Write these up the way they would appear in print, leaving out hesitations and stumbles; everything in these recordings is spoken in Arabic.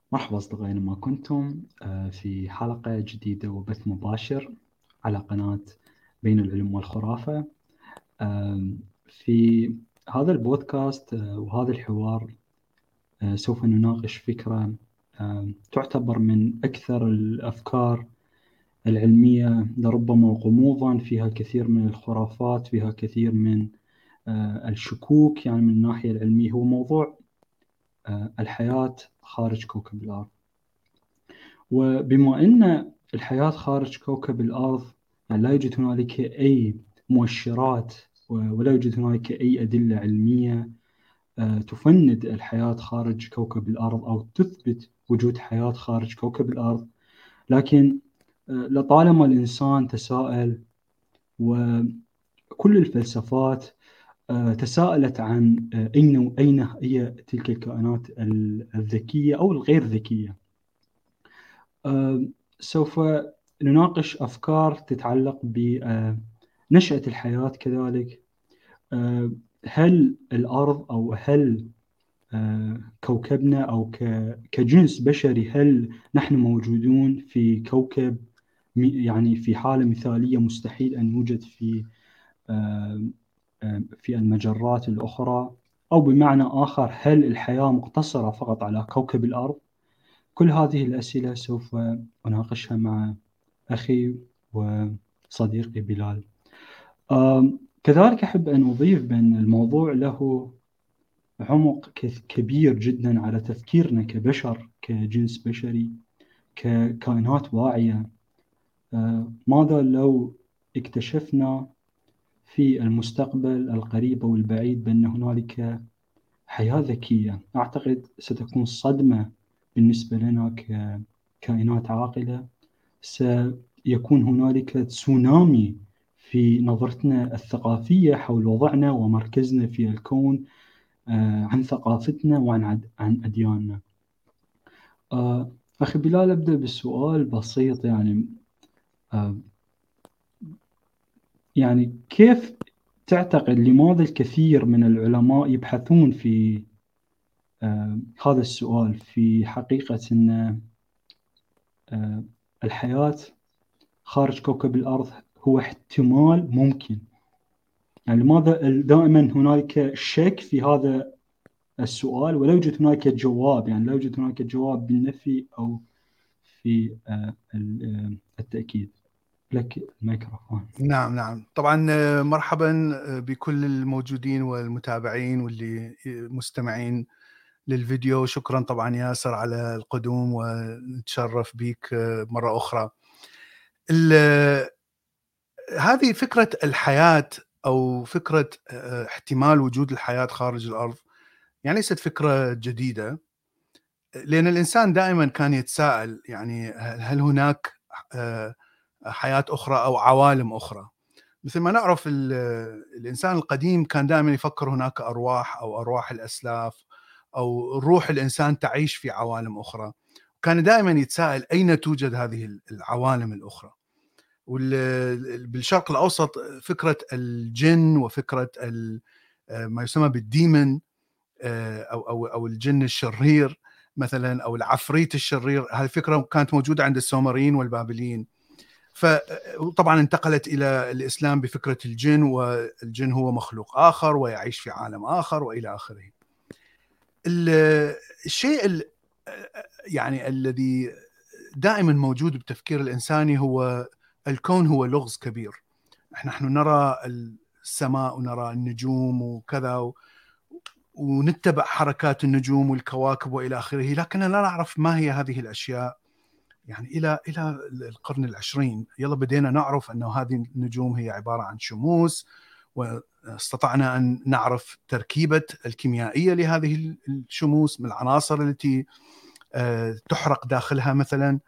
مرحبا أصدقائي، أينما كنتم في حلقة جديدة وبث مباشر على قناة بين العلم والخرافة. في هذا البودكاست وهذا الحوار سوف نناقش فكرة تعتبر من أكثر الأفكار العلمية لربما غموضا، فيها كثير من الخرافات، فيها كثير من الشكوك يعني من الناحية العلمية. هو موضوع الحياة خارج كوكب الأرض. وبما أن الحياة خارج كوكب الأرض يعني لا يوجد هنالك أي مؤشرات ولا يوجد هنالك أي أدلة علمية تفند الحياة خارج كوكب الأرض أو تثبت وجود حياة خارج كوكب الأرض. لكن لطالما الإنسان تساءل، وكل الفلسفات تساءلت عن أين هي تلك الكائنات الذكية أو الغير ذكية. سوف نناقش أفكار تتعلق بنشأة الحياة كذلك. هل الأرض أو هل كوكبنا أو كجنس بشري، هل نحن موجودون في كوكب يعني في حالة مثالية مستحيل أن نوجد آه، في المجرات الأخرى، أو بمعنى آخر هل الحياة مقتصرة فقط على كوكب الأرض؟ كل هذه الأسئلة سوف أناقشها مع أخي وصديقي بلال. كذلك أحب أن أضيف بأن الموضوع له عمق كبير جدا على تفكيرنا كبشر، كجنس بشري، ككائنات واعية. ماذا لو اكتشفنا في المستقبل القريب أو البعيد بأن هنالك حياة ذكية؟ أعتقد ستكون صدمة بالنسبة لنا ككائنات عاقلة. سيكون هنالك تسونامي في نظرتنا الثقافية حول وضعنا ومركزنا في الكون، عن ثقافتنا وعن عن أدياننا. آه، أخي بلال، أبدأ بالسؤال بسيط. آه، يعني كيف تعتقد لماذا الكثير من العلماء يبحثون في هذا السؤال، في حقيقة أن آه، الحياة خارج كوكب الأرض هو احتمال ممكن؟ يعني لماذا دائما هناك شك في هذا السؤال ولا يوجد هناك جواب؟ يعني لا يوجد هناك جواب بالنفي أو في التأكيد. لك الميكروفون. نعم نعم طبعا، مرحبا بكل الموجودين والمتابعين واللي مستمعين للفيديو. شكرا طبعا ياسر على القدوم، ونتشرف بك مرة أخرى. هذه فكرة الحياة أو فكرة احتمال وجود الحياة خارج الأرض يعني ليست فكرة جديدة، لأن الإنسان دائما كان يتساءل يعني هل هناك حياة أخرى أو عوالم أخرى. مثل ما نعرف الإنسان القديم كان دائما يفكر هناك أرواح أو أرواح الأسلاف أو روح الإنسان تعيش في عوالم أخرى، كان دائما يتساءل أين توجد هذه العوالم الأخرى. بالشرق الأوسط فكرة الجن وفكرة ما يسمى بالديمن أو الجن الشرير مثلا، أو العفريت الشرير، هذه الفكرة كانت موجودة عند السومريين والبابليين. فطبعا انتقلت إلى الإسلام بفكرة الجن، والجن هو مخلوق آخر ويعيش في عالم آخر وإلى آخره. الشيء يعني الذي دائما موجود بتفكير الإنساني هو الكون هو لغز كبير. نحن نرى السماء ونرى النجوم وكذا، ونتبع حركات النجوم والكواكب وإلى آخره، لكننا لا نعرف ما هي هذه الأشياء. يعني إلى القرن العشرين يلا بدينا نعرف أنه هذه النجوم هي عبارة عن شموس، واستطعنا أن نعرف تركيبة الكيميائية لهذه الشموس من العناصر التي تحرق داخلها مثلا.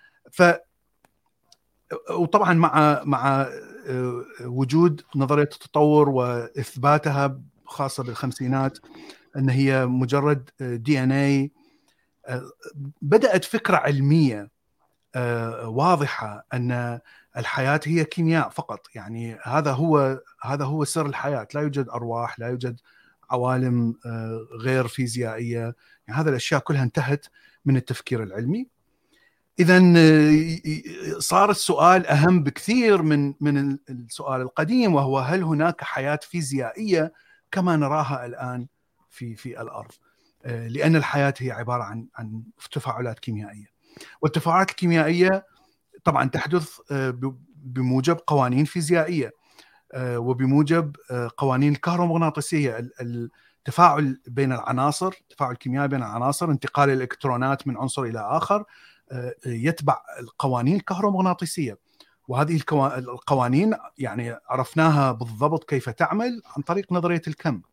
وطبعا مع وجود نظرية التطور وإثباتها خاصة بالخمسينات أن هي مجرد DNA، بدأت فكرة علمية واضحة أن الحياة هي كيمياء فقط. يعني هذا هو سر الحياة، لا يوجد أرواح، لا يوجد عوالم غير فيزيائية. يعني هذه الأشياء كلها انتهت من التفكير العلمي. إذا صار السؤال أهم بكثير من السؤال القديم، وهو هل هناك حياة فيزيائية كما نراها الآن في الأرض؟ لأن الحياة هي عبارة عن تفاعلات كيميائية، والتفاعلات الكيميائية طبعا تحدث بموجب قوانين فيزيائية وبموجب قوانين الكهرومغناطيسية. التفاعل بين العناصر، التفاعل الكيميائي بين العناصر، انتقال الإلكترونات من عنصر إلى آخر، يتبع القوانين الكهرومغناطيسية. وهذه القوانين يعني عرفناها بالضبط كيف تعمل عن طريق نظرية الكم.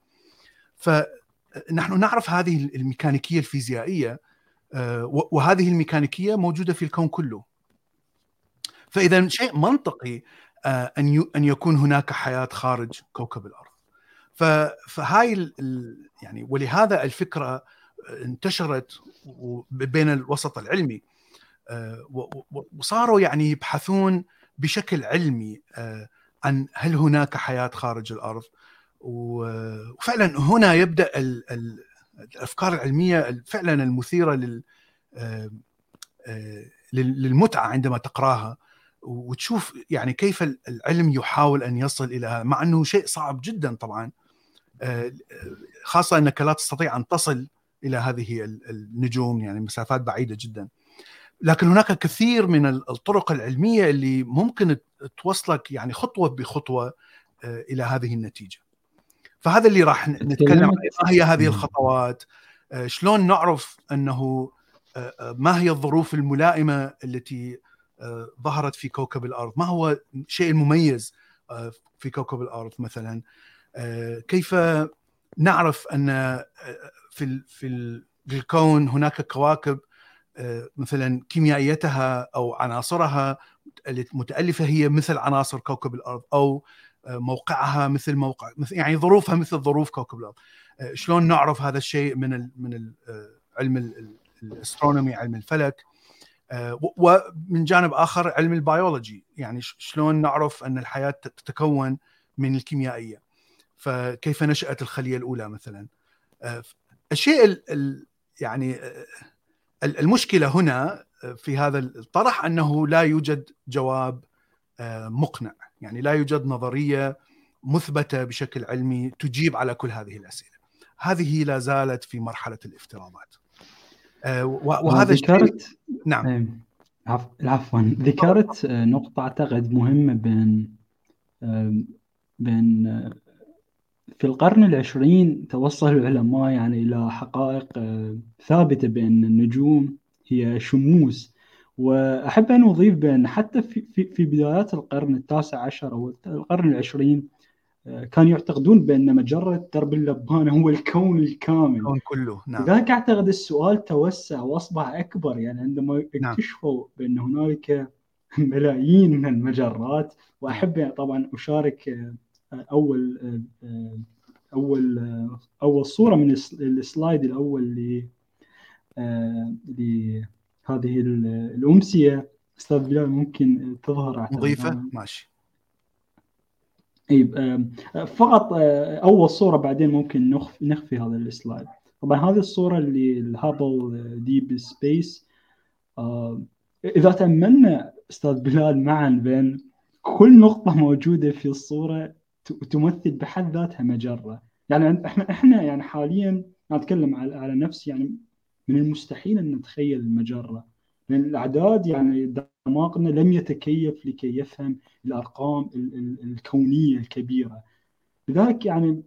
فنحن نعرف هذه الميكانيكية الفيزيائية، وهذه الميكانيكية موجودة في الكون كله. فإذا شيء منطقي أن يكون هناك حياة خارج كوكب الأرض. فهاي يعني ولهذا الفكرة انتشرت بين الوسط العلمي، وصاروا يعني يبحثون بشكل علمي عن هل هناك حياة خارج الأرض. وفعلا هنا يبدأ الأفكار العلمية فعلا المثيرة للمتعة عندما تقراها وتشوف يعني كيف العلم يحاول أن يصل إلى هذا، مع أنه شيء صعب جدا طبعا، خاصة أنك لا تستطيع أن تصل إلى هذه النجوم، يعني مسافات بعيدة جدا. لكن هناك كثير من الطرق العلمية اللي ممكن توصلك يعني خطوة بخطوة إلى هذه النتيجة. فهذا اللي راح نتكلم عنه. ما هي هذه الخطوات؟ شلون نعرف أنه ما هي الظروف الملائمة التي ظهرت في كوكب الأرض؟ ما هو الشيء المميز في كوكب الأرض مثلا؟ كيف نعرف أن في الكون هناك كواكب مثلا كيميائيتها أو عناصرها المتألفة هي مثل عناصر كوكب الأرض، أو موقعها مثل يعني ظروفها مثل ظروف كوكب الأرض؟ شلون نعرف هذا الشيء من علم الاسترونومي، علم الفلك؟ ومن جانب آخر علم البيولوجي، يعني شلون نعرف أن الحياة تتكون من الكيميائية؟ فكيف نشأت الخلية الأولى مثلا؟ الشيء يعني المشكلة هنا في هذا الطرح أنه لا يوجد جواب مقنع، يعني لا يوجد نظرية مثبتة بشكل علمي تجيب على كل هذه الأسئلة. هذه لا زالت في مرحلة الافتراضات. وهذا ذكرت نعم. عفوا، ذكرت نقطة أعتقد مهمة بين في القرن العشرين توصل العلماء يعني إلى حقائق ثابتة بأن النجوم هي شموس. وأحب أن أضيف بأن حتى في بدايات القرن التاسع عشر أو القرن العشرين كانوا يعتقدون بأن مجرة درب اللبانة هو الكون الكامل. الكون كله. نعم. لذلك أعتقد السؤال توسع وأصبح أكبر، يعني عندما اكتشفوا بأن هنالك ملايين من المجرات. وأحب طبعا أشارك أول صورة من السلايد الأول لهذه الأمسية. أستاذ بلال ممكن تظهر نضيفة؟ ماشي. فقط أول صورة، بعدين ممكن نخفي هذا السلايد. طبعا هذه الصورة اللي الهابل ديب سبيس. إذا تأملنا أستاذ بلال معا بين كل نقطة موجودة في الصورة تمثل بحد ذاتها مجرة. يعني احنا يعني حاليا نتكلم على نفسي، يعني من المستحيل أن نتخيل المجرة، لأن الأعداد يعني دماغنا لم يتكيف لكي يفهم الأرقام الكونية الكبيرة. لذلك يعني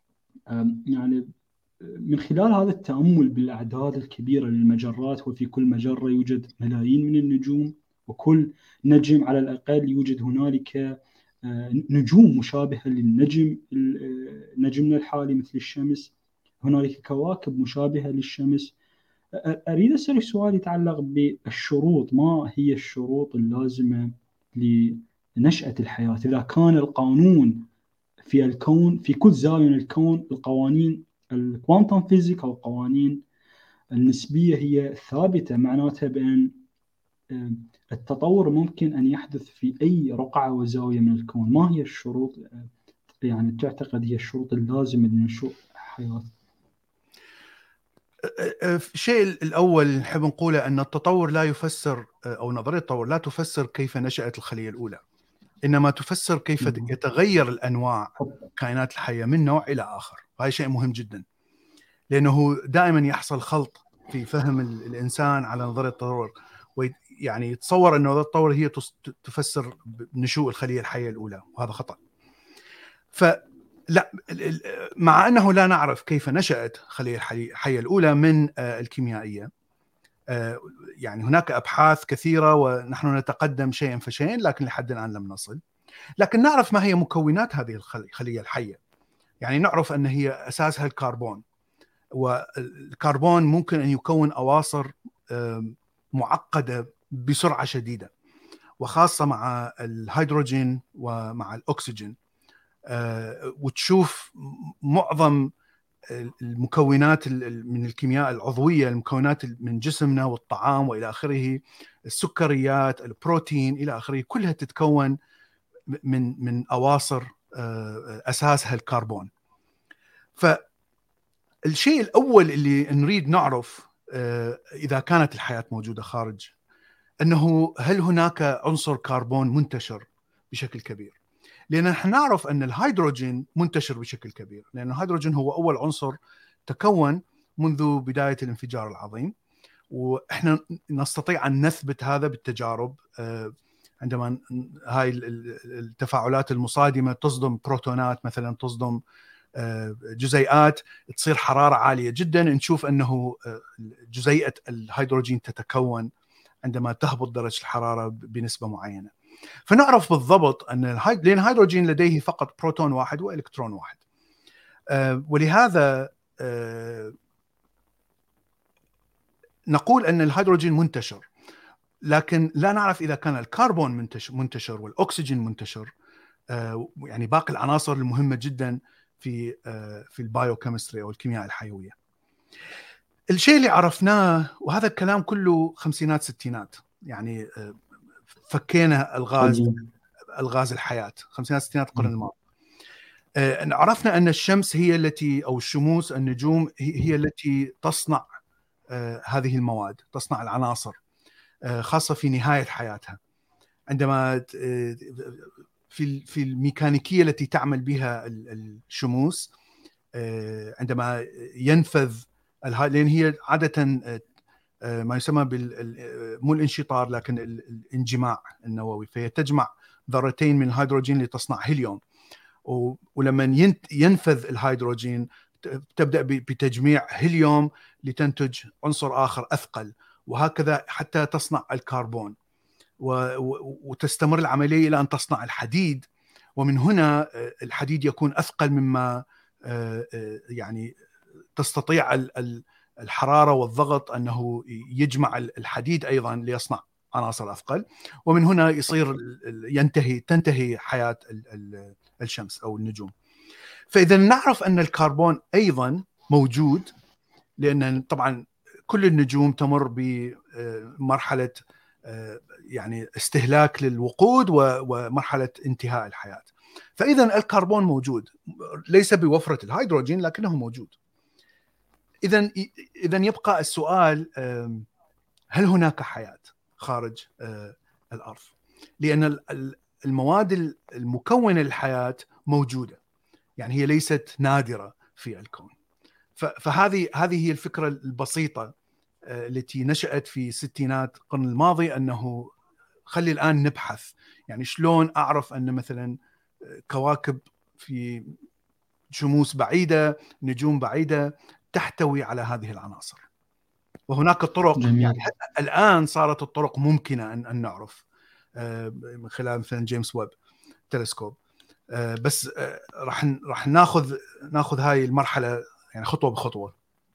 من خلال هذا التأمل بالأعداد الكبيرة للمجرات، وفي كل مجرة يوجد ملايين من النجوم، وكل نجم على الأقل يوجد هنالك نجوم مشابهة للنجم نجمنا الحالي مثل الشمس. هنالك كواكب مشابهة للشمس. أريد أسألك سؤال يتعلق بالشروط. ما هي الشروط اللازمة لنشأة الحياة؟ إذا كان القانون في الكون في كل زاوية من الكون، القوانين الكوانتم فيزيك أو القوانين النسبية هي ثابتة، معناتها بأن التطور ممكن أن يحدث في أي رقعة وزاوية من الكون. ما هي الشروط يعني تعتقد هي الشروط اللازمة لنشوء الحياة؟ الشيء الأول نحب نقوله أن التطور لا يفسر، أو نظرية التطور لا تفسر كيف نشأت الخلية الأولى، إنما تفسر كيف يتغير الأنواع الكائنات الحية من نوع إلى آخر. وهذا شيء مهم جدا، لأنه دائما يحصل خلط في فهم الإنسان على نظرية التطور، ويعني يتصور أن نظرية التطور هي تفسر نشوء الخلية الحية الأولى، وهذا خطأ. لا، مع أنه لا نعرف كيف نشأت خلية الحية الأولى من الكيميائية، يعني هناك أبحاث كثيرة ونحن نتقدم شيئا فشيئا، لكن لحد الآن لم نصل. لكن نعرف ما هي مكونات هذه الخلية الحية. يعني نعرف أن هي أساسها الكربون، والكربون ممكن أن يكون أواصر معقدة بسرعة شديدة، وخاصة مع الهيدروجين ومع الأكسجين. وتشوف معظم المكونات من الكيمياء العضوية، المكونات من جسمنا والطعام وإلى آخره، السكريات، البروتين إلى آخره، كلها تتكون من أواصر أساسها الكربون. فالشيء الأول اللي نريد نعرف إذا كانت الحياة موجودة خارج، أنه هل هناك عنصر كربون منتشر بشكل كبير؟ لأن نحن نعرف أن الهيدروجين منتشر بشكل كبير، لأن الهيدروجين هو أول عنصر تكون منذ بداية الانفجار العظيم، وإحنا نستطيع أن نثبت هذا بالتجارب. عندما هاي التفاعلات المصادمة تصدم بروتونات مثلا، تصدم جزيئات، تصير حرارة عالية جدا، نشوف أنه جزيئة الهيدروجين تتكون عندما تهبط درجة الحرارة بنسبة معينة. فنعرف بالضبط أن لأن الهيدروجين لديه فقط بروتون واحد وإلكترون واحد، ولهذا نقول أن الهيدروجين منتشر، لكن لا نعرف إذا كان الكربون منتشر والأكسجين منتشر، يعني باقي العناصر المهمة جدا في البايوكيمستري أو الكيمياء الحيوية. الشيء اللي عرفناه، وهذا الكلام كله خمسينات ستينات، يعني فكينا الغاز الحياة خمسينات ستينات القرن الماضي. عرفنا أن الشمس هي التي، أو الشموس النجوم هي التي تصنع هذه المواد، تصنع العناصر، خاصة في نهاية حياتها، عندما في الميكانيكية التي تعمل بها الشموس، عندما ينفذ لأن هي عادة ما يسمى مو الانشطار لكن الانجماع النووي، فهي تجمع ذرتين من الهيدروجين لتصنع هيليوم، ولما ينفذ الهيدروجين تبدأ بتجميع هيليوم لتنتج عنصر آخر أثقل، وهكذا حتى تصنع الكربون، وتستمر العملية إلى أن تصنع الحديد. ومن هنا الحديد يكون أثقل مما يعني تستطيع الحرارة والضغط أنه يجمع الحديد أيضا ليصنع عناصر أثقل، ومن هنا تنتهي حياة الشمس أو النجوم. فإذا نعرف أن الكربون أيضا موجود، لأن طبعا كل النجوم تمر بمرحلة يعني استهلاك للوقود ومرحلة انتهاء الحياة. فإذا الكربون موجود، ليس بوفرة الهيدروجين لكنه موجود. إذا يبقى السؤال، هل هناك حياة خارج الأرض؟ لأن المواد المكونة للحياة موجودة، يعني هي ليست نادرة في الكون. فهذه هي الفكرة البسيطة التي نشأت في ستينات القرن الماضي، أنه خلي الآن نبحث، يعني شلون أعرف أن مثلا كواكب في شموس بعيدة، نجوم بعيدة تحتوي على هذه العناصر. وهناك طرق، جميل. يعني الآن صارت الطرق ممكنة أن نعرف من خلال مثلا جيمس ويب تلسكوب، بس راح ناخذ هاي المرحلة يعني خطوة بخطوة.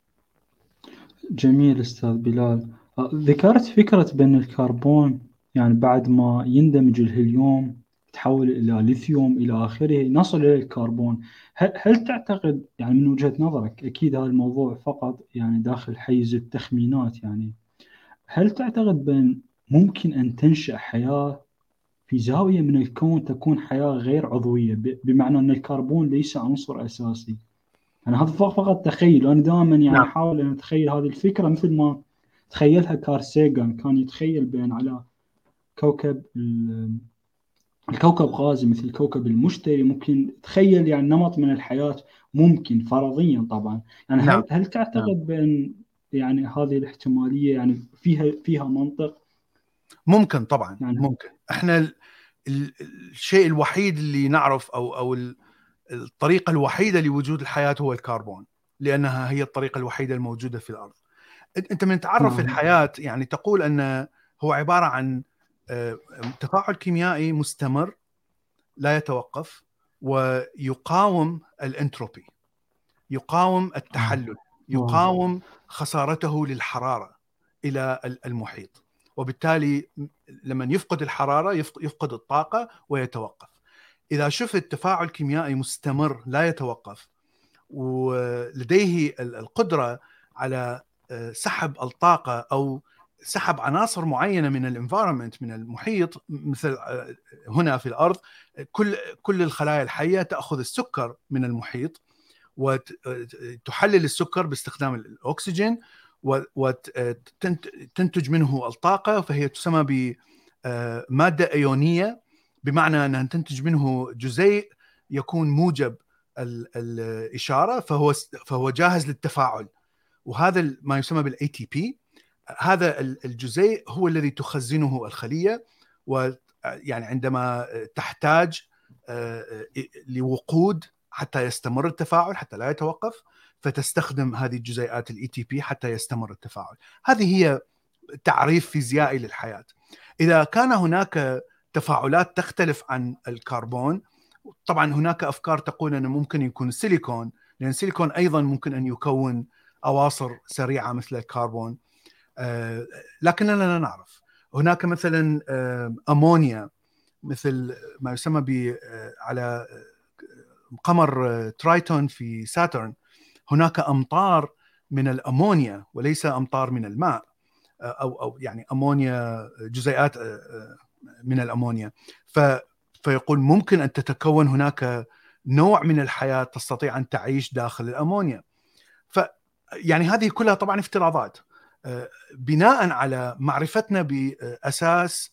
جميل أستاذ بلال. ذكرت فكرة بأن الكربون يعني بعد ما يندمج الهيليوم يتحول إلى ليثيوم إلى آخره نصل إلى الكربون. هل تعتقد يعني من وجهة نظرك، أكيد هذا الموضوع فقط يعني داخل حيز التخمينات، يعني هل تعتقد بأن ممكن أن تنشأ حياة في زاوية من الكون تكون حياة غير عضوية، بمعنى أن الكربون ليس عنصر أساسي؟ أنا هذا فقط تخيل، وأنا دائما يعني نعم. أحاول أن أتخيل هذه الفكرة مثل ما تخيلها كارل ساغان. كان يتخيل بأن على كوكب الكوكب غازي مثل كوكب المشتري ممكن تخيل يعني نمط من الحياة، ممكن فرضيا طبعا. يعني نعم. هل نعم. تعتقد بأن يعني هذه الاحتمالية يعني فيها منطق؟ ممكن، طبعا يعني ممكن. احنا الشيء الوحيد اللي نعرف، او الطريقة الوحيدة لوجود الحياة هو الكربون، لأنها هي الطريقة الوحيدة الموجودة في الأرض. أنت من تعرف نعم. الحياة يعني تقول أن هو عبارة عن تفاعل كيميائي مستمر لا يتوقف، ويقاوم الانتروبي، يقاوم آه. التحلل، واو. يقاوم خسارته للحرارة إلى المحيط. وبالتالي لما يفقد الحرارة يفقد الطاقة ويتوقف. إذا شفت تفاعل كيميائي مستمر لا يتوقف، ولديه القدرة على سحب الطاقة أو سحب عناصر معينة من الانفايرمنت، من المحيط، مثل هنا في الأرض كل الخلايا الحية تأخذ السكر من المحيط وتحلل السكر باستخدام الأكسجين وتنتج منه الطاقة، فهي تسمى بمادة أيونية، بمعنى أنها تنتج منه جزيء يكون موجب الإشارة، فهو جاهز للتفاعل. وهذا ما يسمى بالاي تي بي. هذا الجزيء هو الذي تخزنه الخلية، ويعني عندما تحتاج لوقود حتى يستمر التفاعل، حتى لا يتوقف، فتستخدم هذه الجزيئات الاي تي بي حتى يستمر التفاعل. هذه هي تعريف فيزيائي للحياة. إذا كان هناك تفاعلات تختلف عن الكربون، طبعا هناك أفكار تقول أنه ممكن يكون السيليكون، لأن السيليكون أيضا ممكن أن يكون أواصر سريعة مثل الكربون، لكننا لا نعرف. هناك مثلا أمونيا، مثل ما يسمى على قمر ترايتون في ساترن، هناك أمطار من الأمونيا وليس أمطار من الماء، أو يعني أمونيا، جزيئات من الأمونيا. فيقول ممكن أن تتكون هناك نوع من الحياة تستطيع أن تعيش داخل الأمونيا. يعني هذه كلها طبعا افتراضات بناء على معرفتنا بأساس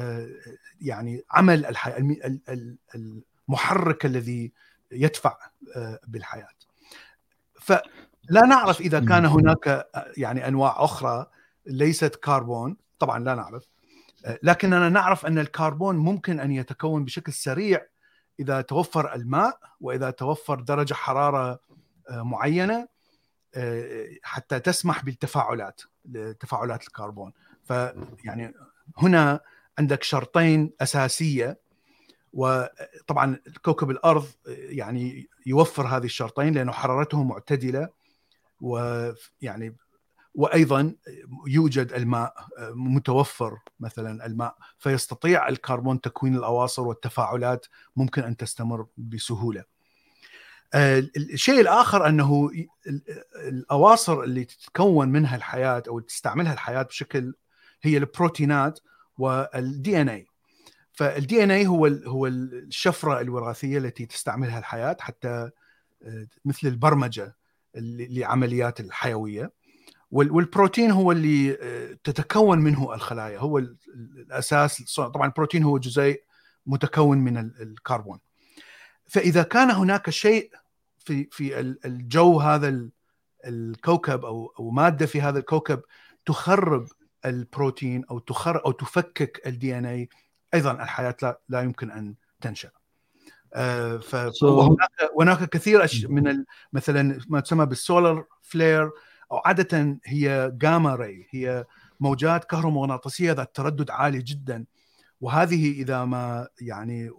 يعني عمل الحياة، المحرك الذي يدفع بالحياة. فلا نعرف إذا كان هناك يعني أنواع أخرى ليست كربون، طبعا لا نعرف، لكننا نعرف أن الكربون ممكن أن يتكون بشكل سريع إذا توفر الماء، وإذا توفر درجة حرارة معينة حتى تسمح بالتفاعلات، تفاعلات الكربون. فيعني هنا عندك شرطين أساسية، وطبعا كوكب الأرض يعني يوفر هذه الشرطين لأنه حرارته معتدلة، ويعني وأيضا يوجد الماء متوفر، مثلا الماء، فيستطيع الكربون تكوين الأواصر، والتفاعلات ممكن أن تستمر بسهولة. الشيء الآخر أنه الأواصر اللي تتكون منها الحياة أو تستعملها الحياة بشكل هي البروتينات والدي ان اي. فالدي ان اي هو الشفرة الوراثية التي تستعملها الحياة حتى مثل البرمجة لعمليات الحيوية، والبروتين هو اللي تتكون منه الخلايا، هو الأساس. طبعا البروتين هو جزيء متكون من الكربون. فإذا كان هناك شيء في الجو هذا الكوكب أو مادة في هذا الكوكب تخرب البروتين أو تفكك الدي ان اي، أيضا الحياة لا يمكن أن تنشأ. وهناك كثير من مثلا ما تسمى بالسولار فلير، أو عادة هي جاما راي، هي موجات كهرومغناطيسية ذات تردد عالي جدا، وهذه إذا ما يعني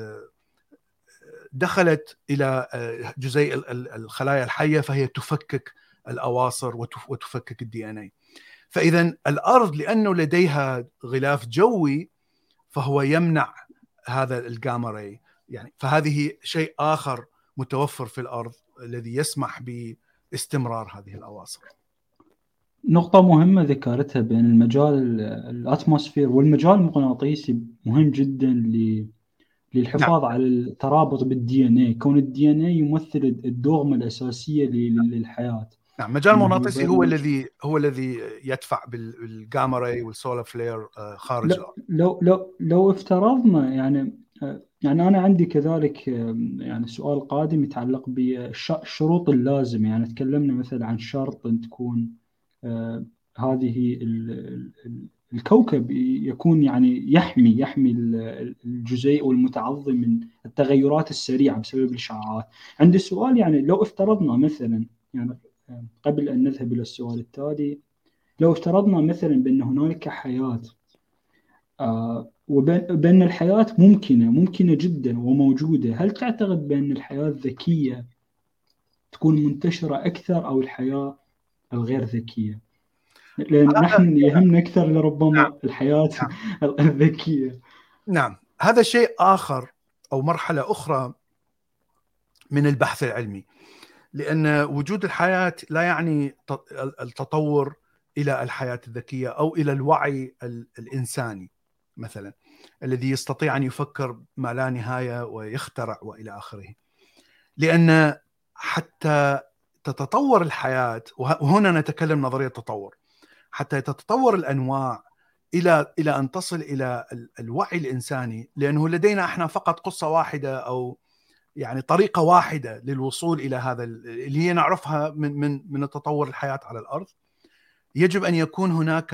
دخلت إلى جزيء الخلايا الحية فهي تفكك الأواصر وتفكك الدي ان اي. فإذا الأرض لأنه لديها غلاف جوي فهو يمنع هذا الجاما راي، يعني فهذه شيء آخر متوفر في الأرض الذي يسمح باستمرار هذه الأواصر. نقطة مهمة ذكرتها بين المجال الأتموسفير والمجال المغناطيسي، مهم جدا نعم للحفاظ على الترابط بالدي ان اي، كون الدي ان اي يمثل الدوغمة الأساسية للحياة. نعم. مجال انه مغناطيسي يبرمج. هو الذي يدفع بالجاما راي والسولار فلير خارج الارض. لو افترضنا يعني، يعني أنا عندي كذلك يعني سؤال قادم يتعلق بالشروط اللازمة. يعني تكلمنا مثلا عن شرط أن تكون آه، هذه الكوكب يكون يعني يحمي الجزيء والمتعظم من التغيرات السريعة بسبب الإشعاعات. عندي سؤال، يعني لو افترضنا مثلا، يعني قبل أن نذهب إلى السؤال التالي، لو افترضنا مثلا بأن هنالك حياة، وبأن الحياة ممكنة جدا وموجودة، هل تعتقد بأن الحياة الذكية تكون منتشرة أكثر أو الحياة الغير ذكية؟ لأن هذا نحن يهمنا أكثر نعم لربما الحياة نعم الذكية. نعم. هذا شيء اخر او مرحله اخرى من البحث العلمي، لان وجود الحياه لا يعني التطور الى الحياه الذكيه او الى الوعي الانساني مثلا، الذي يستطيع ان يفكر ما لا نهايه ويخترع والى اخره. لان حتى تتطور الحياه، وهنا نتكلم نظريه التطور، حتى تتطور الانواع الى ان تصل الى الوعي الانساني، لانه لدينا احنا فقط قصه واحده او يعني طريقه واحده للوصول الى هذا اللي هي نعرفها من التطور الحياه على الارض. يجب ان يكون هناك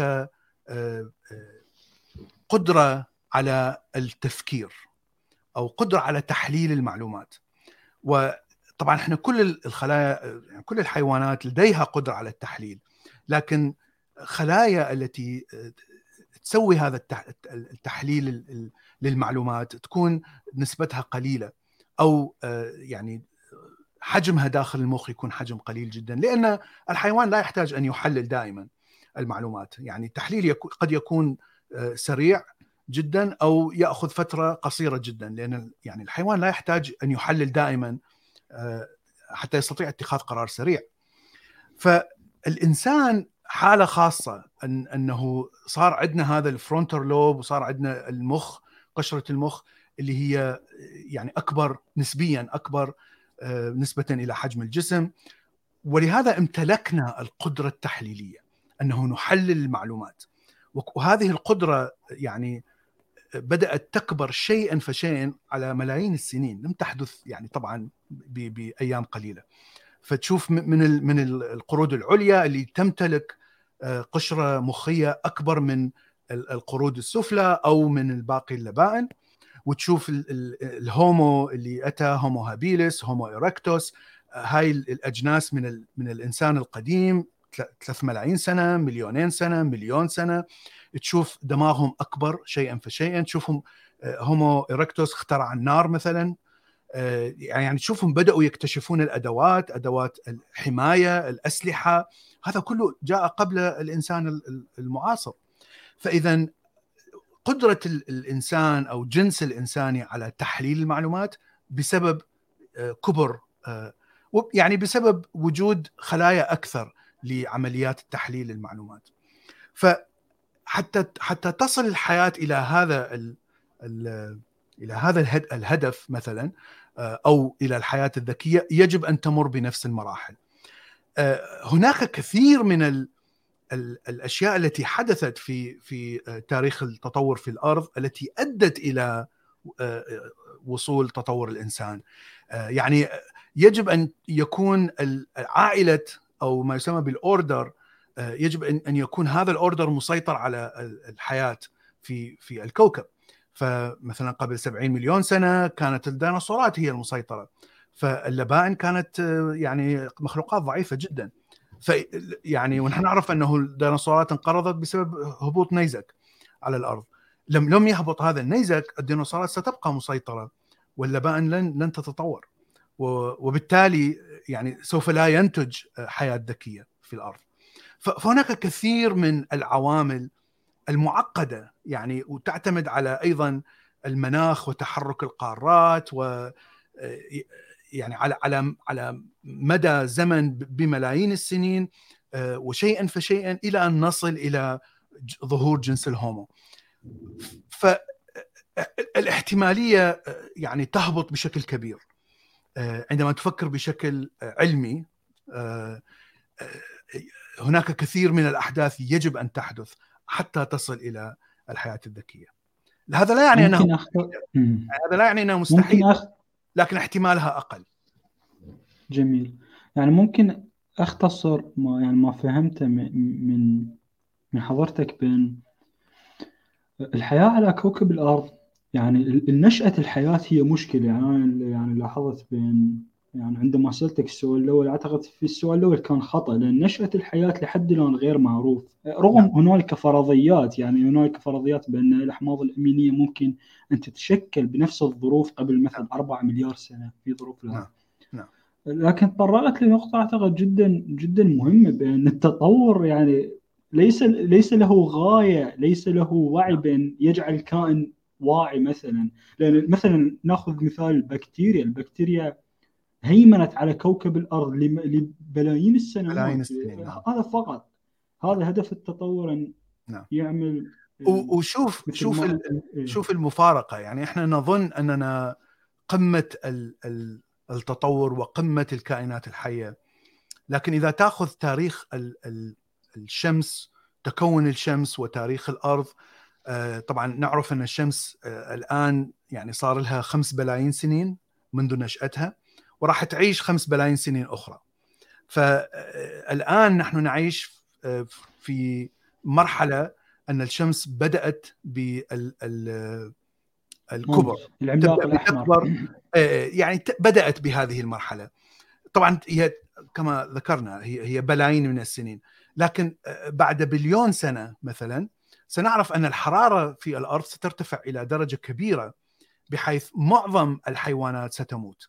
قدره على التفكير او قدره على تحليل المعلومات. وطبعا احنا كل الخلايا، يعني كل الحيوانات لديها قدره على التحليل، لكن خلايا التي تسوي هذا التحليل للمعلومات تكون نسبتها قليله، او يعني حجمها داخل المخ يكون حجم قليل جدا، لان الحيوان لا يحتاج ان يحلل دائما المعلومات. يعني التحليل قد يكون سريع جدا او ياخذ فتره قصيره جدا، لان يعني الحيوان لا يحتاج ان يحلل دائما حتى يستطيع اتخاذ قرار سريع. فالإنسان حالة خاصة، أنه صار عندنا هذا الفرونتال لوب، وصار عندنا المخ، قشرة المخ اللي هي يعني أكبر نسبيا، أكبر نسبة إلى حجم الجسم. ولهذا امتلكنا القدرة التحليلية، أنه نحلل المعلومات. وهذه القدرة يعني بدأت تكبر شيئا فشيئا على ملايين السنين، لم تحدث يعني طبعا بأيام قليلة. فتشوف من القرود العليا اللي تمتلك قشرة مخية أكبر من القرود السفلى أو من الباقي اللبائن، وتشوف الهومو اللي أتى، هومو هابيلس، هومو إيركتوس، هاي الأجناس من الإنسان القديم 3 ملايين سنة، 2 سنة، مليون سنة. تشوف دماغهم أكبر شيئا فشيئا. تشوفهم هومو إيركتوس اخترع النار مثلا. يعني تشوفهم بدأوا يكتشفون الأدوات، أدوات الحماية، الأسلحة. هذا كله جاء قبل الإنسان المعاصر. فإذا قدرة الإنسان أو جنس الإنساني على تحليل المعلومات بسبب كبر، يعني بسبب وجود خلايا أكثر لعمليات التحليل المعلومات. فحتى تصل الحياة إلى هذا الهدف مثلا، أو إلى الحياة الذكية، يجب أن تمر بنفس المراحل. هناك كثير من الأشياء التي حدثت في تاريخ التطور في الأرض التي أدت إلى وصول تطور الإنسان. يعني يجب أن يكون عائلة أو ما يسمى بالأوردر، يجب أن يكون هذا الأوردر مسيطر على الحياة في الكوكب. فمثلا قبل 70 مليون سنة كانت الديناصورات هي المسيطرة، فاللبائن كانت يعني مخلوقات ضعيفة جدا. يعني ونحن نعرف أنه الديناصورات انقرضت بسبب هبوط نيزك على الأرض. لم يهبط هذا النيزك، الديناصورات ستبقى مسيطرة، واللبائن لن تتطور، وبالتالي يعني سوف لا ينتج حياة ذكية في الأرض. فهناك كثير من العوامل المعقدة، يعني وتعتمد على أيضا المناخ وتحرك القارات، و يعني على مدى زمن بملايين السنين، وشيئا فشيئا إلى أن نصل إلى ظهور جنس الهومو. الاحتمالية يعني تهبط بشكل كبير عندما تفكر بشكل علمي. هناك كثير من الأحداث يجب أن تحدث حتى تصل إلى الحياة الذكية. هذا لا يعني أنه هذا لا يعني أنه مستحيل، لكن احتمالها أقل. جميل. يعني ممكن أختصر ما فهمته من حضرتك بين الحياة على كوكب الأرض. يعني نشأة الحياة هي مشكلة. يعني أنا يعني لاحظت يعني عندما سألتك السؤال الأول، أعتقد في السؤال الأول كان خطأ، لأن نشأة الحياة لحد الآن غير معروف، رغم هنالك فرضيات. يعني هنالك فرضيات بأن الأحماض الأمينية ممكن أن تتشكل بنفس الظروف قبل مثلا 4 مليار سنة في ظروف الأرض. لكن تطرقت لنقطة أعتقد جدا جدا مهمة، بأن التطور يعني ليس له غاية، ليس له وعي بأن يجعل الكائن واعي مثلا. لأن مثلا نأخذ مثال البكتيريا هيمنت على كوكب الأرض لبلايين السنوات. هذا فقط، هذا هدف التطور، أن يعمل. وشوف شوف المفارقة. يعني احنا نظن أننا قمة التطور وقمة الكائنات الحية، لكن إذا تأخذ تاريخ الشمس، تكون الشمس وتاريخ الأرض، طبعا نعرف أن الشمس الآن يعني صار لها 5 بلايين سنين منذ نشأتها، وراح تعيش 5 بلايين سنين أخرى. فالآن نحن نعيش في مرحلة أن الشمس بدأت بالكبر، العملاق الأحمر. يعني بدأت بهذه المرحلة. طبعا هي كما ذكرنا هي بلايين من السنين، لكن بعد بليون سنة مثلا سنعرف أن الحرارة في الأرض سترتفع إلى درجة كبيرة بحيث معظم الحيوانات ستموت،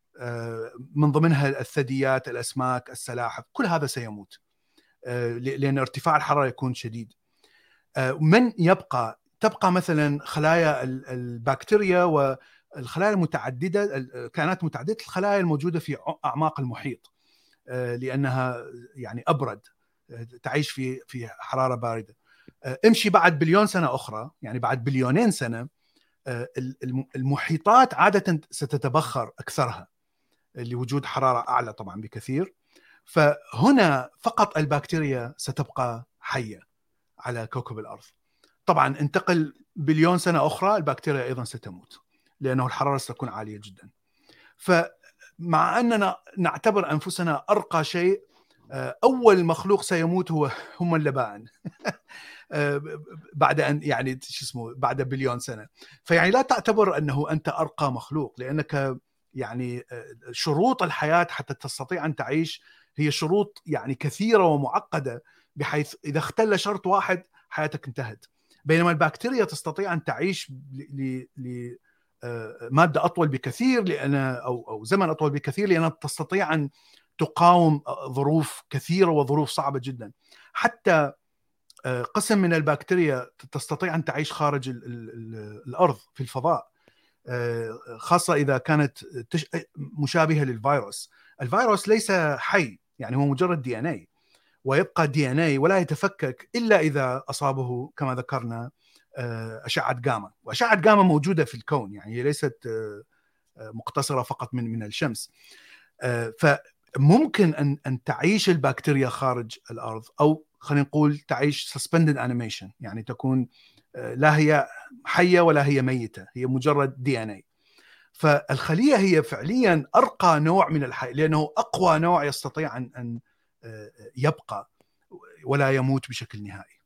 من ضمنها الثدييات، الأسماك، السلاحف، كل هذا سيموت لأن ارتفاع الحرارة يكون شديد. من تبقى مثلا خلايا البكتيريا والخلايا المتعددة، الكائنات متعددة الخلايا الموجودة في أعماق المحيط، لأنها يعني أبرد، تعيش في حرارة باردة. امشي بعد بليون سنة أخرى، يعني بعد بليونين سنة، المحيطات عادة ستتبخر أكثرها لوجود حرارة أعلى طبعا بكثير. فهنا فقط البكتيريا ستبقى حية على كوكب الأرض. طبعا انتقل بليون سنة أخرى، البكتيريا أيضا ستموت لأنه الحرارة ستكون عالية جدا. فمع أننا نعتبر أنفسنا أرقى شيء، أول مخلوق سيموت هم اللبائن بعد أن يعني بعد بليون سنة. فيعني لا تعتبر أنه أنت أرقى مخلوق، لأنك يعني شروط الحياة حتى تستطيع أن تعيش هي شروط يعني كثيرة ومعقدة، بحيث إذا اختل شرط واحد حياتك انتهت. بينما البكتيريا تستطيع أن تعيش مادة أطول بكثير، أو زمن أطول بكثير، لأنها تستطيع أن تقاوم ظروف كثيرة وظروف صعبة جدا. حتى قسم من البكتيريا تستطيع أن تعيش خارج الأرض في الفضاء، خاصة إذا كانت مشابهة للفيروس. الفيروس ليس حي، يعني هو مجرد دي ان اي، ويبقى دي ان اي ولا يتفكك إلا إذا أصابه كما ذكرنا أشعة جاما. وأشعة جاما موجودة في الكون، يعني هي ليست مقتصرة فقط من الشمس. فممكن أن تعيش البكتيريا خارج الأرض، أو خلينا نقول تعيش suspended animation، يعني تكون لا هي حية ولا هي ميتة، هي مجرد دي ان اي. فالخلية هي فعليا أرقى نوع من الحياة، لأنه أقوى نوع يستطيع أن يبقى ولا يموت بشكل نهائي.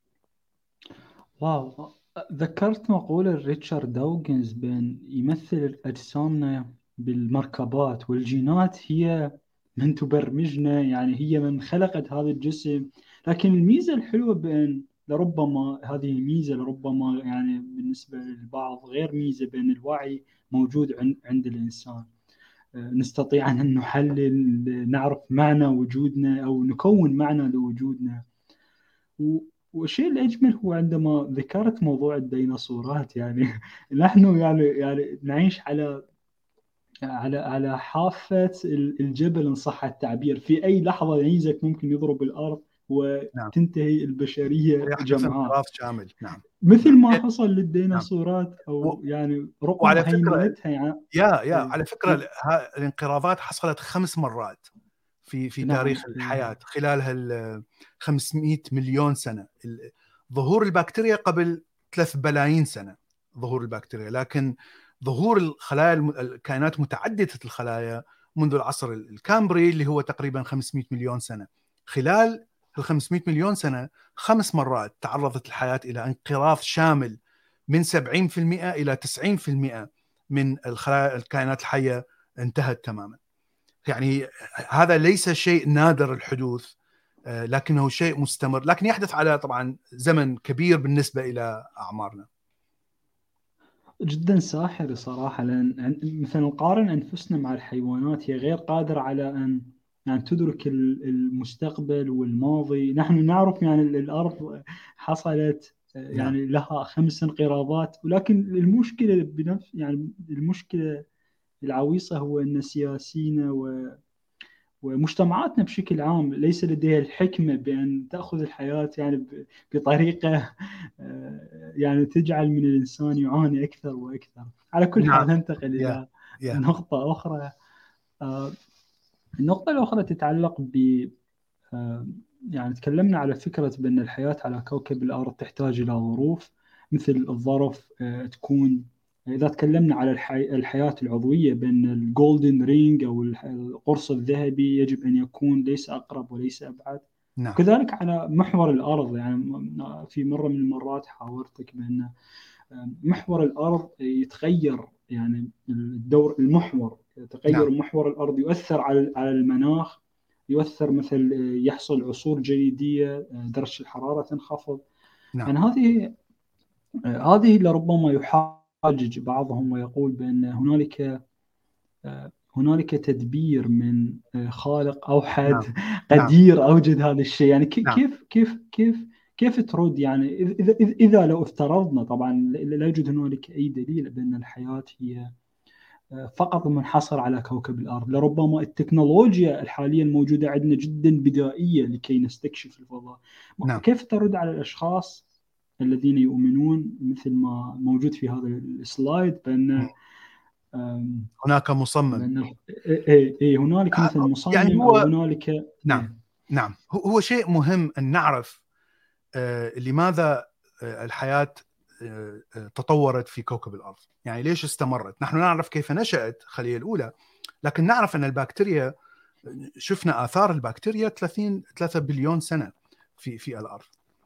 واو، ذكرت مقولة ريتشارد دوكنز بأن يمثل أجسامنا بالمركبات، والجينات هي من تبرمجنا، يعني هي من خلقت هذا الجسم. لكن الميزة الحلوة بأن لربما هذه الميزة لربما يعني بالنسبة للبعض غير ميزة، بأن الوعي موجود عند الإنسان. نستطيع أن نحلل، نعرف معنى وجودنا أو نكون معنى لوجودنا. والشيء الأجمل هو عندما ذكرت موضوع الديناصورات. يعني نحن يعني نعيش على حافة الجبل إن صح التعبير. في أي لحظة نيزك ممكن يضرب الأرض نعم. وتنتهي البشرية يحدث جمعاء، انقراض شامل. نعم. مثل نعم. ما حصل نعم. للديناصورات، و- أو يعني وعلى ربما فكرة هيمنتها يعني. يا إيه. على فكرة الانقراضات حصلت 5 مرات في نعم. تاريخ إيه. الحياة خلال 500 مليون سنة. ظهور البكتيريا قبل 3 بلايين سنة ظهور البكتيريا، لكن ظهور الخلايا الكائنات متعددة الخلايا منذ العصر الكامبري اللي هو تقريبا 500 مليون سنة. خلال ال 500 مليون سنة 5 مرات تعرضت الحياة إلى انقراض شامل من 70% إلى 90% من الخلايا الكائنات الحية انتهت تماما. يعني هذا ليس شيء نادر الحدوث، لكنه شيء مستمر، لكن يحدث على طبعا زمن كبير بالنسبة إلى أعمارنا. جدا ساحر صراحة، لأن مثلا نقارن أنفسنا مع الحيوانات، هي غير قادرة على أن يعني تدرك المستقبل والماضي. نحن نعرف يعني الأرض حصلت نعم. يعني لها 5 انقراضات، ولكن المشكلة بنفس يعني المشكلة العويصة هو أن سياسينا ومجتمعاتنا بشكل عام ليس لديها الحكمة بأن تأخذ الحياة يعني بطريقة يعني تجعل من الإنسان يعاني أكثر وأكثر. على كل نعم. حال ننتقل يا إلى يا نقطة أخرى. آه، النقطة الأخرى تتعلق ب يعني تكلمنا على فكرة بأن الحياة على كوكب الأرض تحتاج إلى ظروف، مثل الظرف تكون، إذا تكلمنا على الحياة العضوية، بأن الجولدن رينج أو القرص الذهبي يجب أن يكون ليس أقرب وليس أبعد. نعم. وكذلك على محور الأرض، يعني في مرة من المرات حاورتك بأن محور الأرض يتغير، يعني المحور نعم. تغير محور الأرض يؤثر على المناخ، يؤثر مثل يحصل عصور جليدية، درجة الحرارة تنخفض. نعم. يعني هذه لربما يحاجج بعضهم ويقول بأن هنالك تدبير من خالق أوحد نعم. نعم. قدير أوجد هذا الشيء. يعني نعم. كيف ترد؟ يعني إذا لو افترضنا، طبعا لا يوجد هنالك أي دليل بأن الحياة هي فقط منحصر على كوكب الأرض. لربما التكنولوجيا الحالية الموجودة عندنا جدا بدائية لكي نستكشف الفضاء. نعم. كيف ترد على الأشخاص الذين يؤمنون مثل ما موجود في هذا السلايد بأن هناك مصمم. بأن هنالك مثل يعني مصمم أو هو هنالك نعم. نعم. هو شيء مهم أن نعرف لماذا الحياة تطورت في كوكب الأرض. يعني ليش استمرت؟ نحن نعرف كيف نشأت الخلية الأولى، لكن نعرف أن البكتيريا، شفنا آثار البكتيريا 3 بليون سنة في الأرض.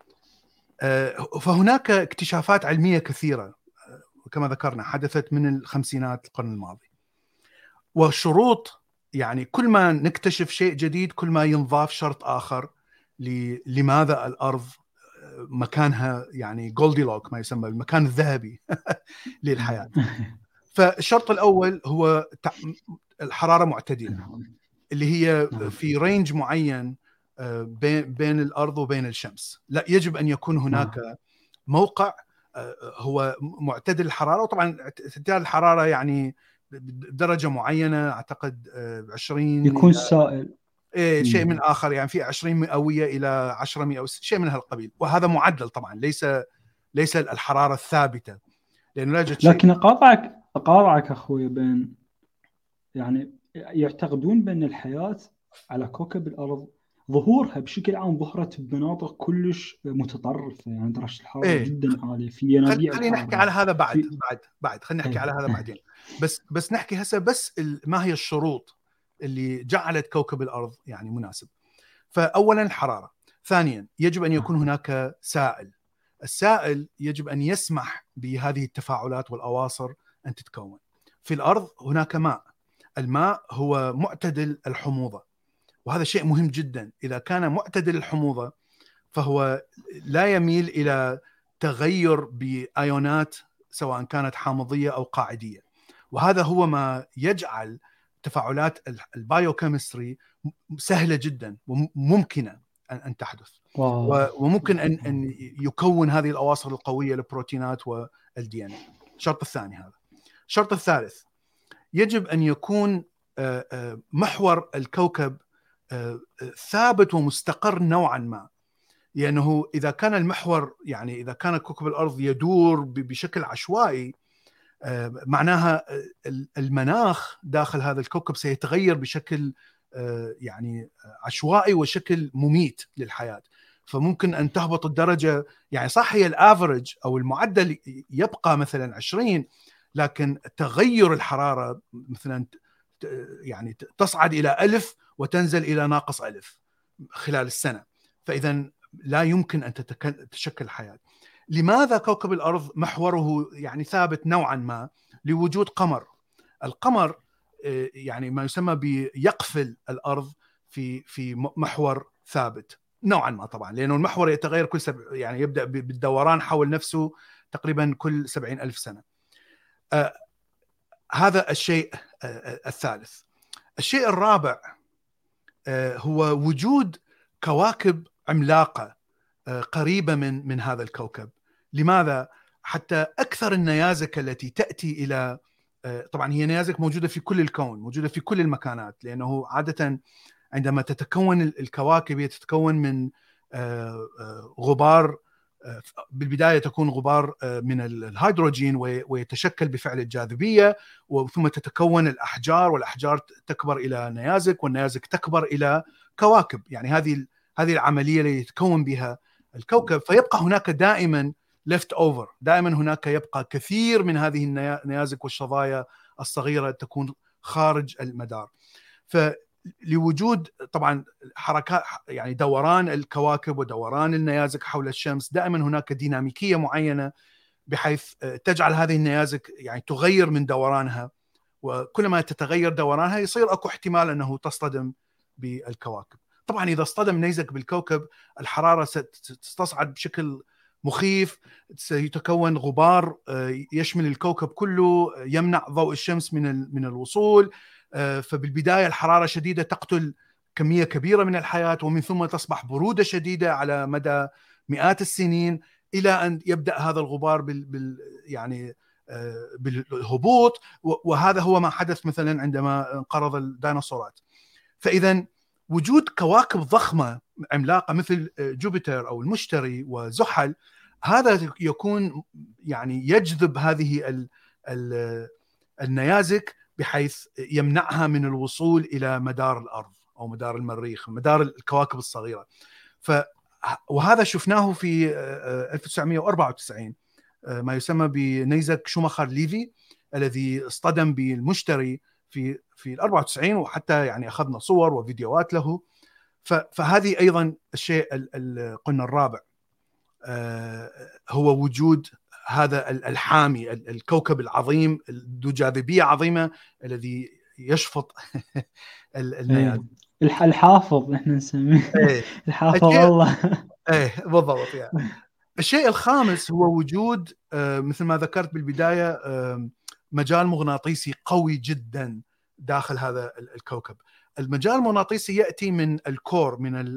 فهناك اكتشافات علمية كثيرة كما ذكرنا حدثت من الخمسينات القرن الماضي، وشروط، يعني كل ما نكتشف شيء جديد كل ما ينضاف شرط آخر لماذا الأرض مكانها يعني جولدي لوك، ما يسمى المكان الذهبي للحياة. فالشرط الأول هو الحرارة معتدلة، اللي هي في رينج معين بين الأرض وبين الشمس. لا، يجب أن يكون هناك موقع هو معتدل الحرارة. وطبعا اعتدال الحرارة يعني بدرجة معينة، أعتقد 20 يكون إلى سائل. شيء من آخر، يعني في 20 مئوية إلى 10 مئوية، شيء من هالقبيل. وهذا معدل طبعا، ليس الحرارة الثابتة، لأنه لا يوجد شيء. لكن أقاطعك أخوي، بين يعني يعتقدون بأن الحياة على كوكب الأرض ظهورها بشكل عام ظهرت بمناطق كلش متطرفة، يعني درجة الحرارة إيه، جدا عالية في ينابيع خلينا نحكي الحارة. على هذا في بعد خلينا نحكي على إيه. هذا بعدين. بس نحكي هسه بس ما هي الشروط اللي جعلت كوكب الأرض يعني مناسب. فأولا الحرارة، ثانيا يجب أن يكون هناك سائل. السائل يجب أن يسمح بهذه التفاعلات والأواصر أن تتكون. في الأرض هناك ماء، الماء هو معتدل الحموضة، وهذا شيء مهم جدا. إذا كان معتدل الحموضة فهو لا يميل إلى تغير بأيونات سواء كانت حامضية أو قاعدية، وهذا هو ما يجعل تفاعلات البايوكيمستري سهلة جدا وممكنة أن تحدث، وممكن أن يكون هذه الأواصر القوية للبروتينات والدي ان اي. الشرط الثاني هذا. الشرط الثالث، يجب أن يكون محور الكوكب ثابت ومستقر نوعا ما، لأنه إذا كان المحور، يعني إذا كان كوكب الأرض يدور بشكل عشوائي، معناها المناخ داخل هذا الكوكب سيتغير بشكل يعني عشوائي وشكل مميت للحياة. فممكن أن تهبط الدرجة، يعني صح هي الافرج أو المعدل يبقى مثلا 20، لكن تغير الحرارة مثلا يعني تصعد إلى 1000 وتنزل إلى ناقص 1000 خلال السنة. فإذا لا يمكن أن تتشكل حياة. لماذا كوكب الأرض محوره يعني ثابت نوعا ما؟ لوجود قمر. القمر يعني ما يسمى بيقفل الأرض في محور ثابت نوعا ما، طبعا لأنه المحور يتغير كل يعني يبدأ بالدوران حول نفسه تقريبا كل 70,000 سنة. هذا الشيء الثالث. الشيء الرابع هو وجود كواكب عملاقة قريبة من هذا الكوكب. لماذا؟ حتى أكثر النيازك التي تأتي إلى، طبعا هي نيازك موجودة في كل الكون، موجودة في كل المكانات، لأنه عادة عندما تتكون الكواكب هي تتكون من غبار، بالبداية تكون غبار من الهيدروجين ويتشكل بفعل الجاذبية، وثم تتكون الأحجار، والأحجار تكبر إلى نيازك، والنيازك تكبر إلى كواكب. يعني هذه العملية اللي يتكون بها الكوكب. فيبقى هناك دائما left over، دائما هناك يبقى كثير من هذه النيازك والشظايا الصغيرة تكون خارج المدار. فلوجود طبعا حركات، يعني دوران الكواكب ودوران النيازك حول الشمس، دائما هناك ديناميكية معينة بحيث تجعل هذه النيازك يعني تغير من دورانها، وكلما تتغير دورانها يصير أكو احتمال أنه تصطدم بالكواكب. طبعا إذا اصطدم نيزك بالكوكب الحرارة ستصعد بشكل مخيف، سيتكون غبار يشمل الكوكب كله، يمنع ضوء الشمس من الوصول. فبالبداية الحرارة شديدة تقتل كمية كبيرة من الحياة، ومن ثم تصبح برودة شديدة على مدى مئات السنين، إلى أن يبدأ هذا الغبار يعني بالهبوط. وهذا هو ما حدث مثلا عندما انقرض الديناصورات. فإذا وجود كواكب ضخمة عملاقة مثل جوبيتر أو المشتري وزحل، هذا يكون يعني يجذب هذه النيازك بحيث يمنعها من الوصول إلى مدار الأرض أو مدار المريخ، مدار الكواكب الصغيرة. وهذا شفناه في 1994 ما يسمى بنيزك شوماخر ليفي، الذي اصطدم بالمشتري في 94، وحتى يعني أخذنا صور وفيديوهات له. فهذه أيضا الشيء قلنا الرابع، هو وجود هذا الحامي، الكوكب العظيم ذو جاذبية عظيمة الذي يشفط النيازك. الحافظ احنا نسميه الحافظ الله. بالضبط. يعني الشيء الخامس هو وجود مثل ما ذكرت بالبداية مجال مغناطيسي قوي جدا داخل هذا الكوكب. المجال المغناطيسي يأتي من الكور، من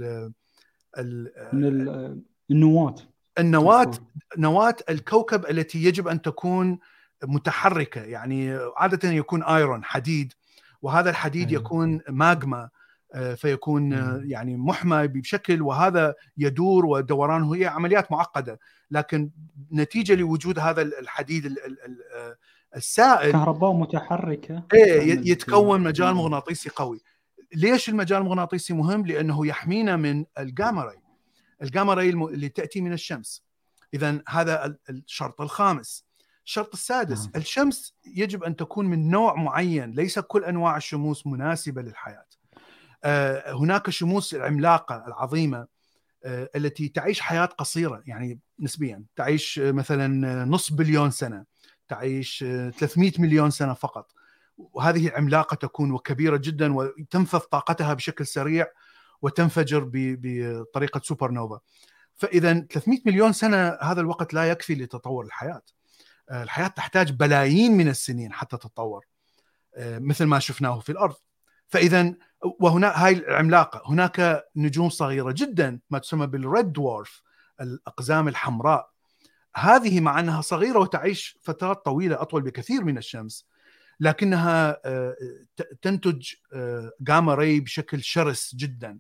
نواة الكوكب التي يجب أن تكون متحركة. يعني عادة يكون ايرون، حديد، وهذا الحديد يكون ماغما، فيكون يعني محمى بشكل، وهذا يدور ودورانه هي عمليات معقدة، لكن نتيجة لوجود هذا الحديد السائل كهرباء متحركة يتكون مجال مغناطيسي قوي. ليش المجال المغناطيسي مهم؟ لأنه يحمينا من الجاما راي اللي تأتي من الشمس. إذن هذا الشرط الخامس. الشرط السادس، الشمس يجب أن تكون من نوع معين، ليس كل أنواع الشموس مناسبة للحياة. هناك شموس العملاقة العظيمة التي تعيش حياة قصيرة، يعني نسبيا تعيش مثلا نصف بليون سنة، تعيش 300 مليون سنة فقط، وهذه عملاقة تكون وكبيرة جدا وتنفذ طاقتها بشكل سريع وتنفجر بطريقة سوبر نوفا. فإذا 300 مليون سنة هذا الوقت لا يكفي لتطور الحياة. الحياة تحتاج بلايين من السنين حتى تتطور مثل ما شفناه في الأرض. فإذا وهنا هاي العملاقة، هناك نجوم صغيرة جدا ما تسمى بالريد دورف، الأقزام الحمراء. هذه مع أنها صغيرة وتعيش فترات طويلة أطول بكثير من الشمس، لكنها تنتج جاما راي بشكل شرس جدا.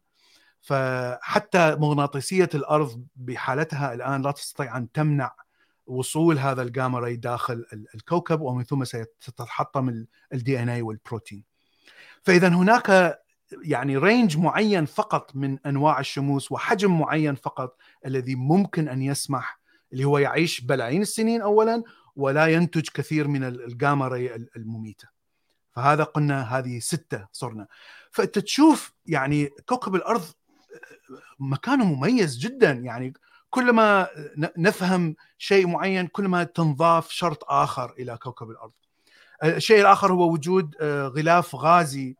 فحتى مغناطيسية الأرض بحالتها الآن لا تستطيع أن تمنع وصول هذا الجاما راي داخل الكوكب، ومن ثم ستتحطم الدي ان اي والبروتين. فإذا هناك يعني رينج معين فقط من أنواع الشموس وحجم معين فقط الذي ممكن أن يسمح، اللي هو يعيش بلايين السنين أولا ولا ينتج كثير من الجاما راي المميتة. فهذا قلنا هذه 6 صرنا. فأنت تشوف يعني كوكب الأرض مكانه مميز جدا، يعني كلما نفهم شيء معين كلما تنضاف شرط آخر إلى كوكب الأرض. الشيء الآخر هو وجود غلاف غازي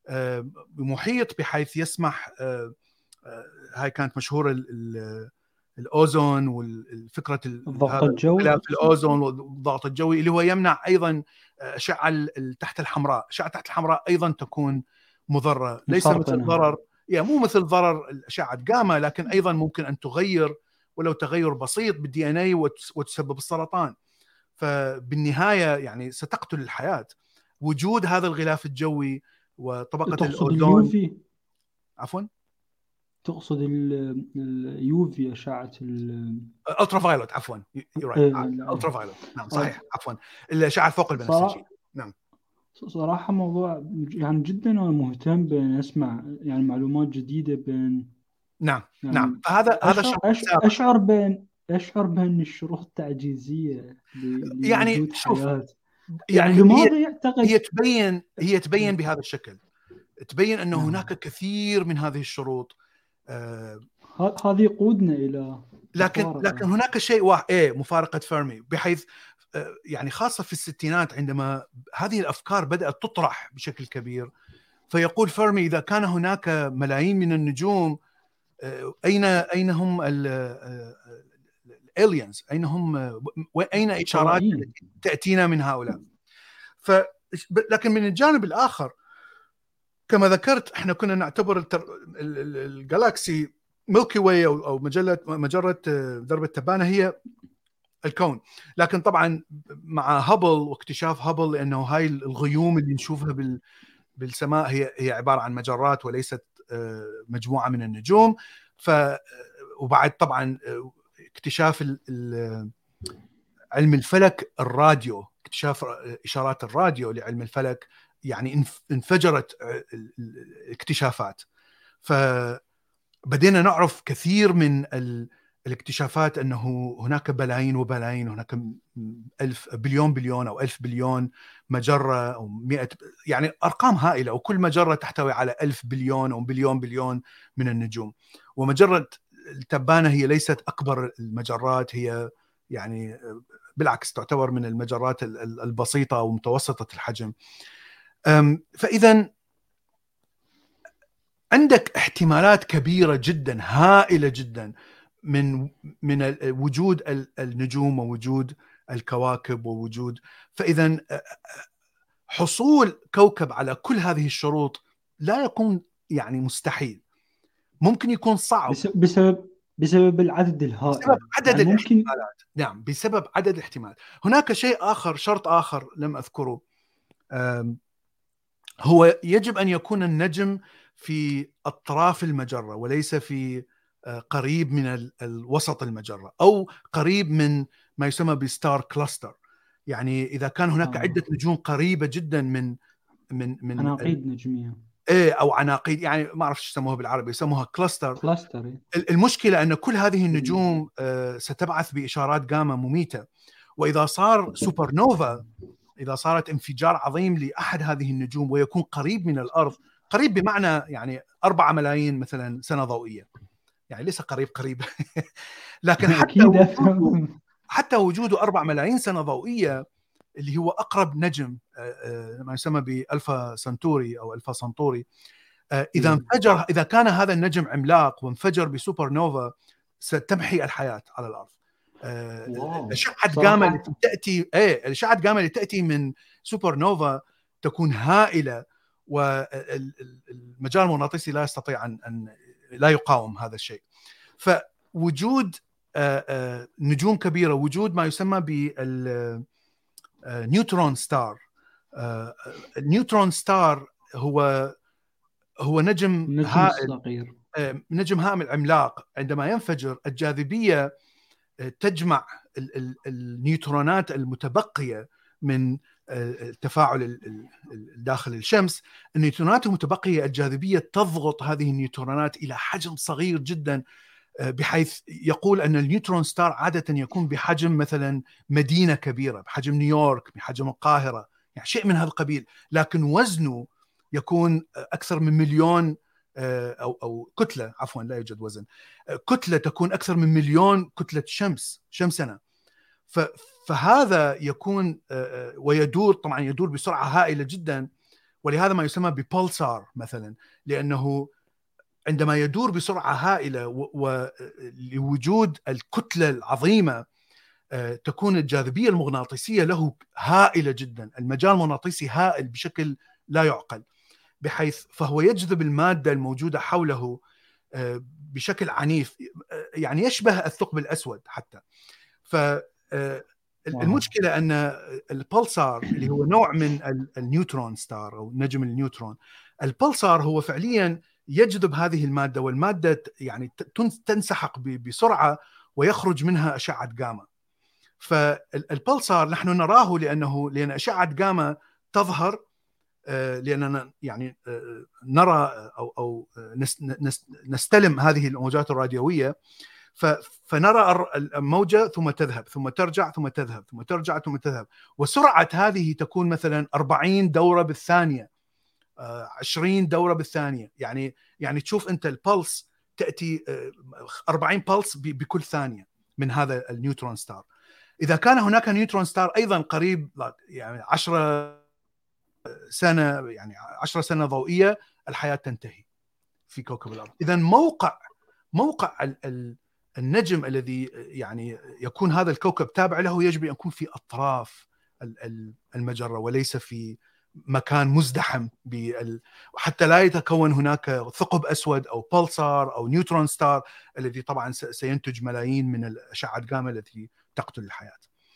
محيط بحيث يسمح، هاي كانت مشهورة الأوزون والفكرة الضغط الجوي، غلاف الأوزون والضغط الجوي اللي هو يمنع أيضا أشعة تحت الحمراء. أشعة تحت الحمراء أيضا تكون مضرة، ليس مثل ضرر، يعني مو مثل ضرر أشعة جاما، لكن أيضا ممكن أن تغير ولو تغير بسيط بالدي ان اي وتسبب السرطان. فبالنهاية يعني ستقتل الحياة. وجود هذا الغلاف الجوي وطبقة تقصد الأوزون. اليوفي؟ عفوا، تقصد اليوفي، أشعة الترا فايلوت. عفوا، الترا فايلوت، نعم صحيح، عفوا، الأشعة فوق البنفسجي. نعم صراحة موضوع يعني جدا أنا مهتم بأن أسمع يعني معلومات جديدة بين نعم يعني نعم. هذا أشعر بأن الشروط تعجيزية يعني لوجود شوف، حياة. يعني لماذا يعتقد هي تبين بهذا الشكل، تبين أن هناك كثير من هذه الشروط. هذه يقودنا إلى لكن هناك شيء واحد، مفارقة فيرمي، بحيث يعني خاصة في الستينات عندما هذه الأفكار بدأت تطرح بشكل كبير، فيقول فيرمي إذا كان هناك ملايين من النجوم، أين هم الالينز؟ أين إشارات تأتينا من هؤلاء؟ لكن من الجانب الآخر كما ذكرت احنا كنا نعتبر الجالاكسي ميلكي واي أو مجرة درب التبانة هي الكون. لكن طبعا مع هابل واكتشاف هابل، لأنه هاي الغيوم اللي نشوفها بالسماء هي عبارة عن مجرات وليست مجموعة من النجوم. وبعد طبعا اكتشاف علم الفلك الراديو، اكتشاف إشارات الراديو لعلم الفلك، يعني انفجرت الاكتشافات. فبدينا نعرف كثير من الاكتشافات أنه هناك بلايين وبلايين، هناك 1000 بليون أو 1000 بليون مجرة أو 100، يعني أرقام هائلة، وكل مجرة تحتوي على 1000 بليون أو بليون من النجوم. ومجرة التبانة هي ليست أكبر المجرات، هي يعني بالعكس تعتبر من المجرات البسيطة ومتوسطة الحجم. فإذا عندك احتمالات كبيرة جدا، هائلة جدا، من وجود النجوم ووجود الكواكب ووجود. فإذا حصول كوكب على كل هذه الشروط لا يكون يعني مستحيل، ممكن يكون صعب بسبب العدد الهائل، بسبب عدد يعني الاحتمالات. نعم، بسبب عدد الاحتمالات. هناك شيء آخر، شرط آخر لم أذكره، هو يجب أن يكون النجم في أطراف المجرة وليس في قريب من الوسط المجرة، أو قريب من ما يسمى بستار كلاستر. يعني إذا كان هناك عدة نجوم قريبة جدا من عناقيد نجمية، أو عناقيد، يعني ما أعرف شو يسموها بالعربي، يسموها كلاستر. المشكلة أن كل هذه النجوم ستبعث بإشارات جاما مميتة، وإذا صار سوبر نوفا، إذا صارت انفجار عظيم لأحد هذه النجوم ويكون قريب من الأرض، قريب بمعنى يعني 4 ملايين مثلا سنة ضوئية، يعني ليس قريب لكن حتى وجوده 4 ملايين سنة ضوئية، اللي هو أقرب نجم ما يسمى بألفا سنتوري أو ألفا سنتوري، إذا انفجر، إذا كان هذا النجم عملاق وانفجر بسوبر نوفا، ستمحي الحياة على الأرض. الأشعة جاما التي تأتي الأشعة جاما اللي تأتي من سوبر نوفا تكون هائلة، والمجال المغناطيسي لا يستطيع أن لا يقاوم هذا الشيء. فوجود نجوم كبيرة، وجود ما يسمى بالنيوترون ستار، النيوترون ستار هو نجم النجم هائل، الصغير. نجم هائل عملاق. عندما ينفجر الجاذبية تجمع النيوترونات المتبقية من التفاعل داخل الشمس. النيوترونات المتبقية الجاذبية تضغط هذه النيوترونات إلى حجم صغير جدا، بحيث يقول أن النيوترون ستار عادة يكون بحجم مثلا مدينة كبيرة، بحجم نيويورك، بحجم القاهرة، يعني شيء من هذا القبيل، لكن وزنه يكون أكثر من مليون، أو كتلة، عفوا لا يوجد وزن، كتلة تكون أكثر من مليون كتلة شمسنا. فهذا يكون ويدور، طبعا يدور بسرعة هائلة جدا، ولهذا ما يسمى ببولسار مثلا، لأنه عندما يدور بسرعة هائلة ولوجود الكتلة العظيمة تكون الجاذبية المغناطيسية له هائلة جدا، المجال المغناطيسي هائل بشكل لا يعقل، بحيث فهو يجذب المادة الموجودة حوله بشكل عنيف، يعني يشبه الثقب الأسود حتى. فالمشكلة أن البلسار اللي هو نوع من النيوترون ستار أو نجم النيوترون، البلسار هو فعليا يجذب هذه المادة، والمادة يعني تنسحق بسرعة ويخرج منها أشعة جاما. فالبلسار نحن نراه لأن أشعة جاما تظهر، لأننا يعني نرى أو نستلم هذه الموجات الراديوية، فنرى الموجة ثم تذهب ثم ترجع ثم تذهب ثم ترجع ثم تذهب، وسرعة هذه تكون مثلا 40 دورة بالثانية، 20 دورة بالثانية، يعني تشوف أنت البلس تأتي 40 بلس بكل ثانية من هذا النيوترون ستار. إذا كان هناك نيوترون ستار أيضا قريب يعني 10 سنة ضوئية، الحياة تنتهي في كوكب الأرض. إذا موقع النجم الذي يعني يكون هذا الكوكب تابع له يجب أن يكون في أطراف المجرة وليس في مكان مزدحم حتى لا يتكون هناك ثقب أسود أو بلسار أو نيوترون ستار الذي طبعا سينتج ملايين من الأشعة جاما التي تقتل الحياة.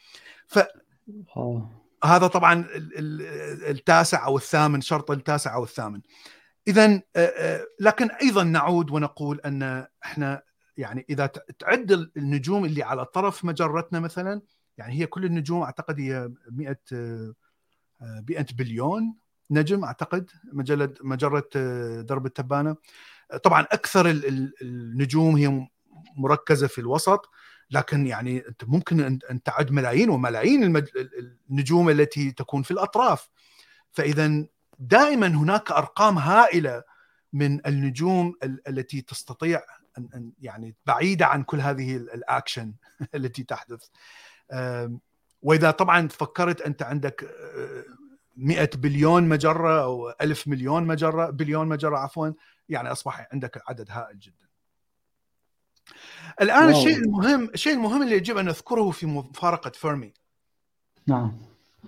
هذا طبعا التاسع أو الثامن، شرط التاسع أو الثامن. إذن لكن أيضا نعود ونقول أن إحنا يعني إذا تعد النجوم اللي على طرف مجرتنا مثلا، يعني هي كل النجوم أعتقد هي 100 بليون نجم، أعتقد مجرة درب التبانة. طبعا أكثر النجوم هي مركزة في الوسط، لكن يعني أنت ممكن أن تعد ملايين وملايين النجوم التي تكون في الأطراف. فإذا دائما هناك أرقام هائلة من النجوم التي تستطيع أن يعني بعيدة عن كل هذه الأكشن التي تحدث. وإذا طبعا فكرت أنت عندك 100 بليون مجرة أو 1000 مليون مجرة، بليون مجرة عفوا، يعني أصبح عندك عدد هائل جدا. الآن الشيء المهم اللي يجب أن نذكره في مفارقة فيرمي. نعم.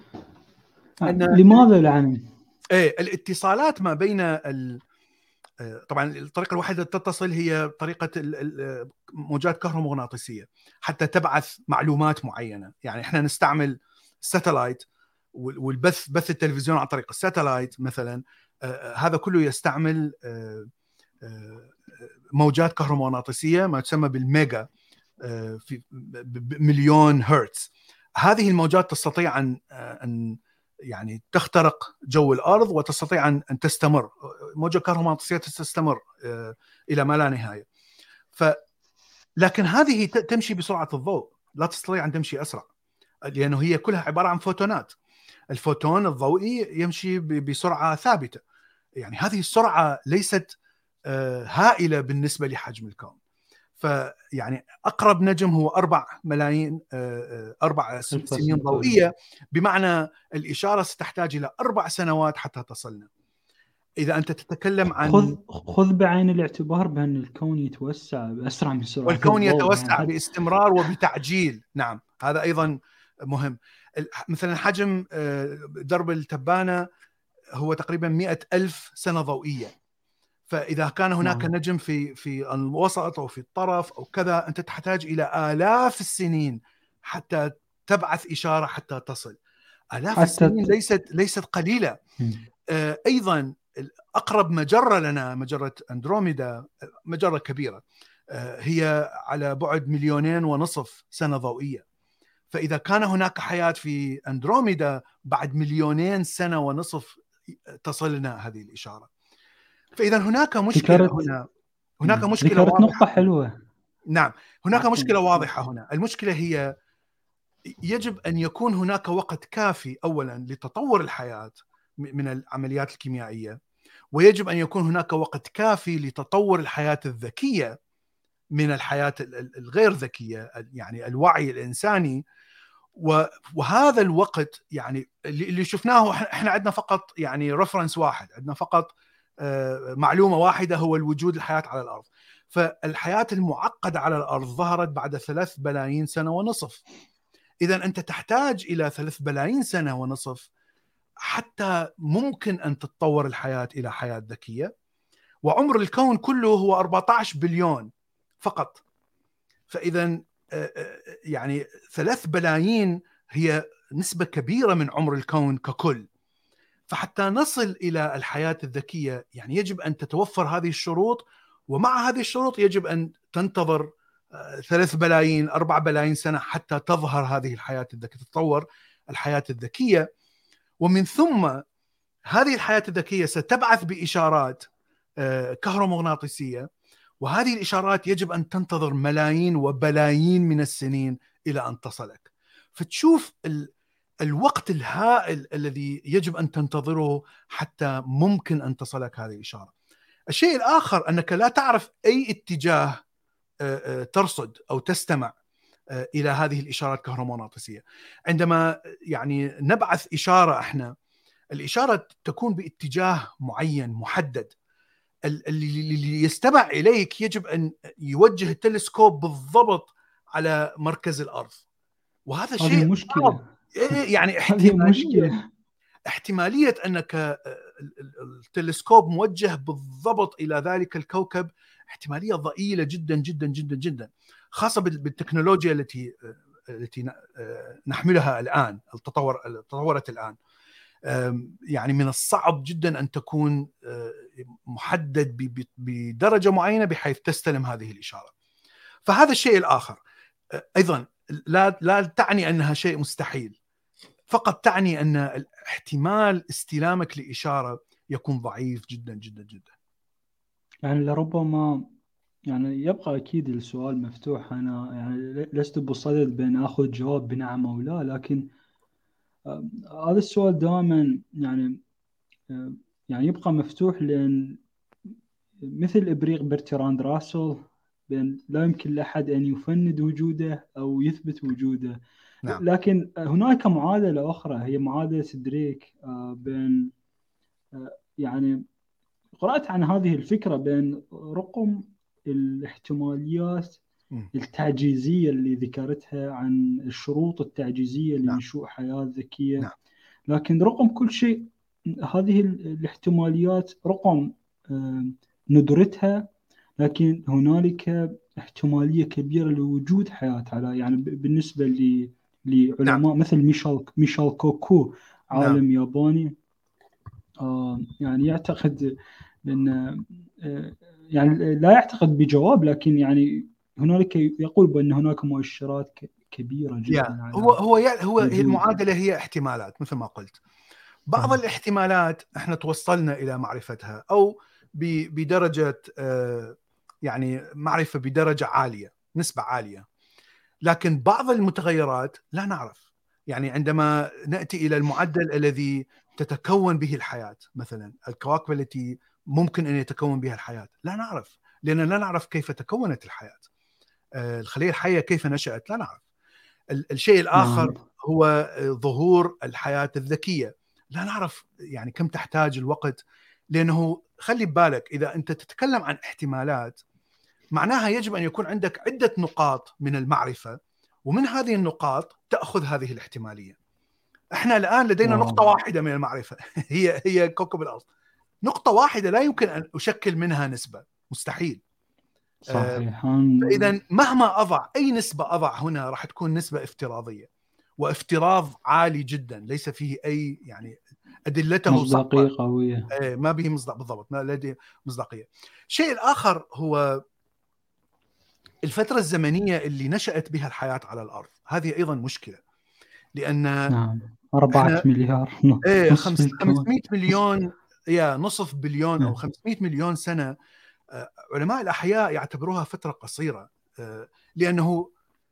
لماذا العنى؟ الاتصالات ما بين طبعا الطريقة الوحيدة تتصل هي طريقة موجات كهرومغناطيسية حتى تبعث معلومات معينة. يعني احنا نستعمل ساتلايت بث التلفزيون عن طريق الساتلايت مثلا، هذا كله يستعمل موجات كهرومغناطيسية ما تسمى بالميجا، في مليون هرتز. هذه الموجات تستطيع أن يعني تخترق جو الأرض وتستطيع أن تستمر، موجة كهرومغناطيسية تستمر إلى ما لا نهاية. لكن هذه تمشي بسرعة الضوء، لا تستطيع أن تمشي أسرع، لأنه هي كلها عبارة عن فوتونات. الفوتون الضوئي يمشي بسرعة ثابتة، يعني هذه السرعة ليست هائلة بالنسبة لحجم الكون. فيعني أقرب نجم هو 4 سنين ضوئية، بمعنى الإشارة ستحتاج إلى 4 سنوات حتى تصلنا. إذا أنت تتكلم عن خذ بعين الاعتبار بأن الكون يتوسع بأسرع من سرعة والكون الضوء، يتوسع يعني باستمرار وبتعجيل. نعم، هذا أيضا مهم. مثلا حجم درب التبانة هو تقريبا 100,000 سنة ضوئية. فإذا كان هناك نجم في الوسط أو في الطرف أو كذا، أنت تحتاج إلى آلاف السنين حتى تبعث إشارة حتى تصل. آلاف حتى السنين ليست قليلة. أيضا أقرب مجرة لنا مجرة أندروميدا، مجرة كبيرة، هي على بعد 2.5 مليون سنة ضوئية. فإذا كان هناك حياة في أندروميدا بعد 2.5 مليون سنة تصلنا هذه الإشارة. فإذا هناك مشكلة هنا، هناك مشكلة ذكرت واضحة نقطة حلوة. نعم، هناك عفوا. مشكلة واضحة هنا. المشكلة هي يجب أن يكون هناك وقت كافي أولا لتطور الحياة من العمليات الكيميائية، ويجب أن يكون هناك وقت كافي لتطور الحياة الذكية من الحياة الغير ذكية، يعني الوعي الإنساني. وهذا الوقت يعني اللي شفناه احنا عندنا فقط يعني ريفرنس واحد، عندنا فقط معلومة واحدة، هو الوجود الحياة على الأرض. فالحياة المعقدة على الأرض ظهرت بعد 3 بلايين سنة ونصف. إذا أنت تحتاج إلى 3 بلايين سنة ونصف حتى ممكن أن تتطور الحياة إلى حياة ذكية. وعمر الكون كله هو 14 بليون فقط. فإذا يعني 3 بلايين هي نسبة كبيرة من عمر الكون ككل. فحتى نصل إلى الحياة الذكية يعني يجب أن تتوفر هذه الشروط، ومع هذه الشروط يجب أن تنتظر 3 بلايين 4 بلايين سنة حتى تظهر هذه الحياة الذكية، تتطور الحياة الذكية. ومن ثم هذه الحياة الذكية ستبعث بإشارات كهرومغناطيسية، وهذه الإشارات يجب أن تنتظر ملايين وبلايين من السنين إلى أن تصلك. فتشوف الوقت الهائل الذي يجب أن تنتظره حتى ممكن أن تصلك هذه الإشارة. الشيء الآخر أنك لا تعرف أي اتجاه ترصد أو تستمع إلى هذه الإشارات الكهرومغناطيسية. عندما يعني نبعث إشارة احنا، الإشارة تكون باتجاه معين محدد. اللي يستمع إليك يجب أن يوجه التلسكوب بالضبط على مركز الأرض، وهذا هذه شيء مشكلة. يعني هذه مشكلة. احتمالية أنك التلسكوب موجه بالضبط إلى ذلك الكوكب احتمالية ضئيلة جدا جدا جدا جدا، خاصة بالتكنولوجيا التي نحملها الآن، تطورت الآن. يعني من الصعب جدا أن تكون محدد بدرجة معينة بحيث تستلم هذه الإشارة. فهذا الشيء الآخر أيضا لا تعني أنها شيء مستحيل، فقط تعني أن احتمال استلامك لإشارة يكون ضعيف جدا جدا جدا. يعني لربما يعني يبقى أكيد السؤال مفتوح. أنا يعني لست بصدد بأن أخذ جواب بنعم أو لا، لكن هذا السؤال دائما يعني يبقى مفتوح، لأن مثل إبريق برتراند راسل بأن لا يمكن لأحد أن يفند وجوده أو يثبت وجوده. نعم. لكن هناك معادلة أخرى، هي معادلة دريك، بين يعني قرأت عن هذه الفكرة بين رقم الاحتماليات التعجيزية اللي ذكرتها عن الشروط التعجيزية لنشوء حياة ذكية. نعم. لكن رقم كل شيء، هذه الاحتماليات رقم ندرتها، لكن هنالك احتمالية كبيرة لوجود حياة على يعني بالنسبة لعلماء نعم. مثل ميشال كوكو، عالم نعم. ياباني، يعني يعتقد بأن يعني لا يعتقد بجواب، لكن يعني هنالك يقول بأن هناك مؤشرات كبيرة جدا على هو وجود. المعادلة هي احتمالات مثل ما قلت. بعض الاحتمالات احنا توصلنا إلى معرفتها أو بدرجة يعني معرفة بدرجة عالية، نسبة عالية. لكن بعض المتغيرات لا نعرف. يعني عندما نأتي إلى المعدل الذي تتكون به الحياة، مثلا الكواكب التي ممكن أن يتكون بها الحياة، لا نعرف، لأننا لا نعرف كيف تكونت الحياة. الخلية الحية كيف نشأت لا نعرف. الشيء الآخر هو ظهور الحياة الذكية، لا نعرف يعني كم تحتاج الوقت. لأنه خلي بالك إذا أنت تتكلم عن احتمالات معناها يجب أن يكون عندك عدة نقاط من المعرفة، ومن هذه النقاط تأخذ هذه الاحتمالية. احنا الآن لدينا نقطة واحدة من المعرفة هي كوكب الأرض. نقطة واحدة لا يمكن أن أشكل منها نسبة، مستحيل. صحيح. فإذا مهما أضع أي نسبة أضع هنا راح تكون نسبة افتراضية، وافتراض عالي جدا ليس فيه أي يعني أدلته مصداقية صعبة. قوية. ما به بالضبط، ما لديه مصداقية. الشيء الآخر هو الفترة الزمنية اللي نشأت بها الحياة على الأرض. هذه أيضا مشكلة، لأن نعم، 4 احنا مليار نصف الكون. 500 مليون يا نصف بليون أو نعم. 500 مليون سنة. علماء الأحياء يعتبروها فترة قصيرة، لأنه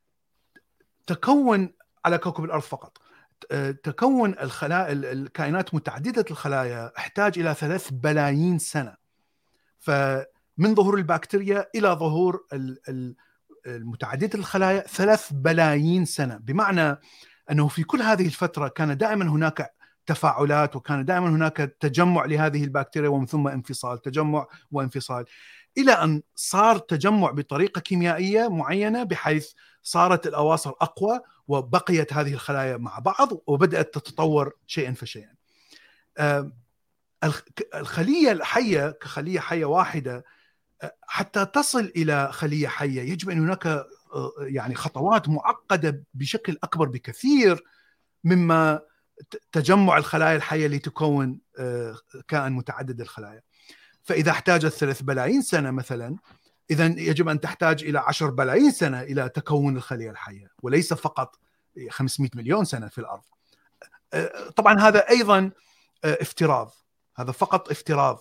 تكون على كوكب الأرض فقط تكون الخلايا الكائنات متعددة الخلايا احتاج إلى 3 بلايين سنة. فمن ظهور البكتيريا إلى ظهور المتعددة الخلايا 3 بلايين سنة، بمعنى أنه في كل هذه الفترة كان دائما هناك تفاعلات، وكان دائما هناك تجمع لهذه البكتيريا ومن ثم انفصال، تجمع وانفصال، إلى أن صار تجمع بطريقة كيميائية معينة بحيث صارت الأواصر أقوى وبقيت هذه الخلايا مع بعض وبدأت تتطور شيئا فشيئا. الخلية الحية كخلية حية واحدة حتى تصل إلى خلية حية يجب أن هناك يعني خطوات معقدة بشكل أكبر بكثير مما تجمع الخلايا الحية لتكون كائن متعدد الخلايا. فإذا احتاجت 3 بلايين سنة مثلا، إذن يجب أن تحتاج إلى 10 بلايين سنة إلى تكون الخلية الحية، وليس فقط 500 مليون سنة في الأرض. طبعا هذا أيضا افتراض، هذا فقط افتراض.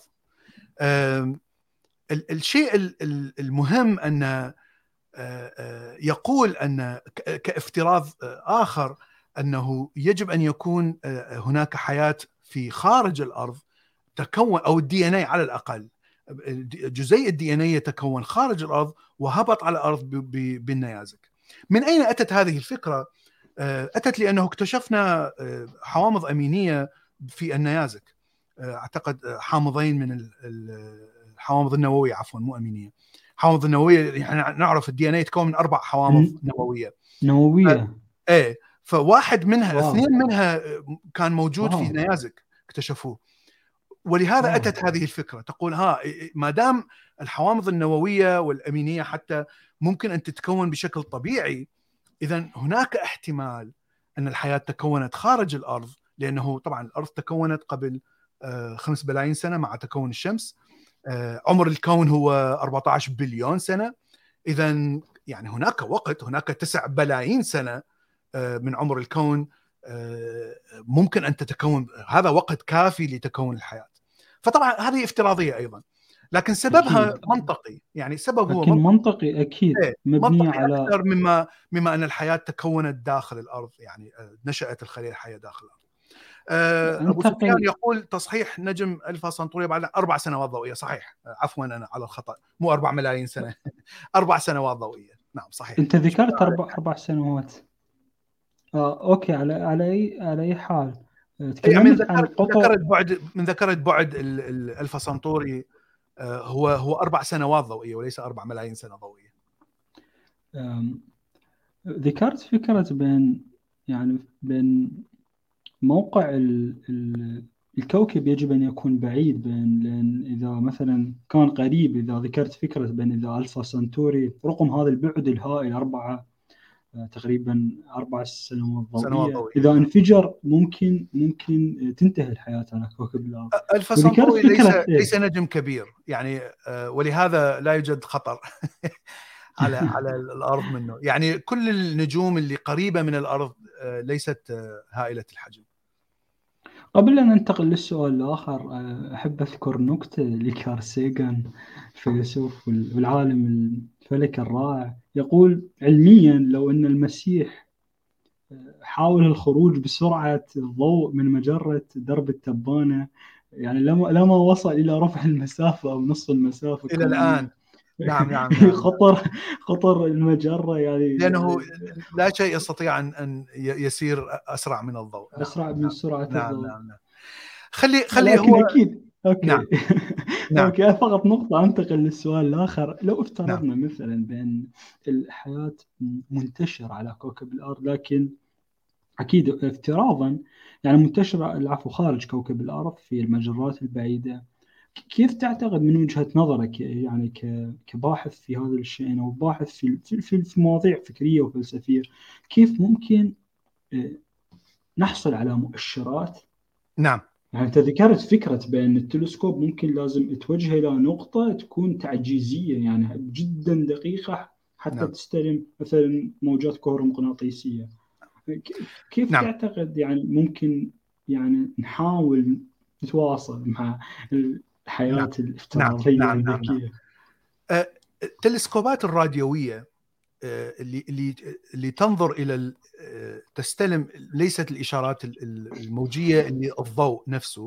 الشيء المهم أن يقول أن كافتراض آخر أنه يجب أن يكون هناك حياة في خارج الأرض تكون، أو الدي ان اي على الأقل جزيء الدي ان اي يتكون خارج الأرض وهبط على الأرض بالنيازك. من أين أتت هذه الفكرة؟ أتت لأنه اكتشفنا حوامض أمينية في النيازك، أعتقد حامضين من الحوامض النووية، عفوا مو أمينية، حوامض النووية. يعني نعرف الدي ان اي يتكون من 4 حوامض نووية. ايه، فواحد منها، 2 منها كان موجود في نيازك اكتشفوه. ولهذا أتت هذه الفكرة، تقول ما دام الحوامض النووية والأمينية حتى ممكن أن تتكون بشكل طبيعي، إذن هناك احتمال أن الحياة تكونت خارج الأرض، لأنه طبعا الأرض تكونت قبل 5 بلايين سنة مع تكون الشمس. عمر الكون هو 14 بليون سنة. إذن يعني هناك وقت، هناك 9 بلايين سنة من عمر الكون ممكن أن تتكون، هذا وقت كافي لتكون الحياة. فطبعا هذه افتراضية أيضا، لكن سببها أكيد منطقي، يعني سبب هو منطقي أكيد، مبني منطقي على أكثر مما أن الحياة تكونت داخل الأرض، يعني نشأت الخلية الحية داخل الأرض. أبو سفيان يقول تصحيح نجم ألفا سنطورية بعد 4 سنوات ضوئية. صحيح، عفوا أنا على الخطأ، مو 4 ملايين سنة 4 سنوات ضوئية. نعم صحيح. أنت ذكرت 4 سنوات. أوكي، على أي حال تكلمت عن القطر. ذكرت بعد الألفا سنطوري هو 4 سنوات ضوئية وليس 4 ملايين سنة ضوئية. ذكرت فكرة بين موقع الكوكب يجب أن يكون بعيد، لأن إذا مثلا كان قريب، إذا ذكرت فكرة بين إذا ألفا سنتوري رقم هذا البعد الهائل تقريبا 4 سنوات ضوئية، إذا انفجر ممكن تنتهي الحياة على كوكب الأرض. ألفا سنتوري ليس نجم كبير يعني، ولهذا لا يوجد خطر على الأرض منه. يعني كل النجوم اللي قريبة من الأرض ليست هائلة الحجم. قبل أن ننتقل للسؤال الآخر، أحب أذكر نكتة لكارل ساغان، الفيلسوف والعالم الفلك الرائع. يقول علميا لو أن المسيح حاول الخروج بسرعة الضوء من مجرة درب التبانة، يعني لما وصل إلى ربع المسافة أو نصف المسافة إلى الآن. نعم. خطر المجرة، يعني لأنه لا شيء يستطيع أن يسير أسرع من الضوء. أسرع من سرعة الضوء. نعم. خلي لكن هو أكيد. أوكي. نعم. أوكي، فقط نقطة أنتقل للسؤال الآخر. لو افترضنا نعم. مثلا بأن الحياة منتشرة على كوكب الأرض، لكن أكيد افتراضا يعني منتشرة خارج كوكب الأرض في المجرات البعيدة، كيف تعتقد من وجهة نظرك يعني كباحث في هذا الشأن أو باحث في مواضيع فكرية وفلسفية، كيف ممكن نحصل على مؤشرات. نعم يعني أنت ذكرت فكرة بأن التلسكوب ممكن لازم توجهه إلى نقطة تكون تعجيزية، يعني جدا دقيقة، حتى نعم تستلم مثلا موجات كهرومغناطيسية. كيف نعم تعتقد يعني ممكن يعني نحاول نتواصل مع نعم الحياة نعم الافتراضية نعم نعم نعم. الذكية؟ التلسكوبات الراديوية اللي تنظر إلى تستلم ليست الإشارات الموجية اللي الضوء نفسه،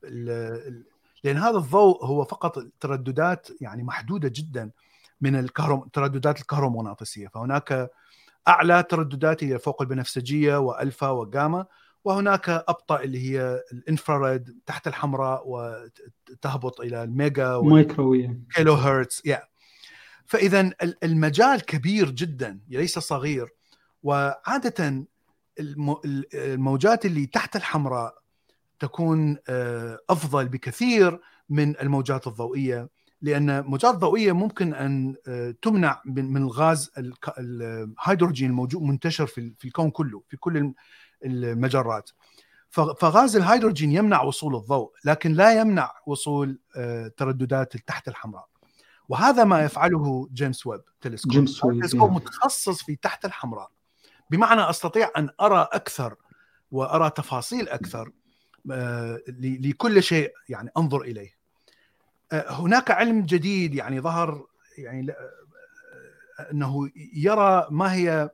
لأن هذا الضوء هو فقط ترددات يعني محدودة جدا من الترددات الكهرومغناطيسية. فهناك أعلى ترددات هي فوق البنفسجية وألفا وغاما، وهناك أبطأ اللي هي الانفراريد تحت الحمراء وتهبط إلى الميجا مايكروويف. والكيلو هرتز. فإذا المجال كبير جدا ليس صغير. وعادة الموجات اللي تحت الحمراء تكون أفضل بكثير من الموجات الضوئية، لأن الموجات الضوئية ممكن أن تمنع من الغاز الهيدروجين الموجود منتشر في الكون كله في كل المجرات. فغاز الهيدروجين يمنع وصول الضوء، لكن لا يمنع وصول ترددات تحت الحمراء. وهذا ما يفعله جيمس ويب تلسكوب. جيمس ويب تلسكوب متخصص في تحت الحمراء، بمعنى أستطيع أن أرى أكثر وأرى تفاصيل أكثر لكل شيء يعني أنظر إليه. هناك علم جديد يعني ظهر، يعني أنه يرى ما هي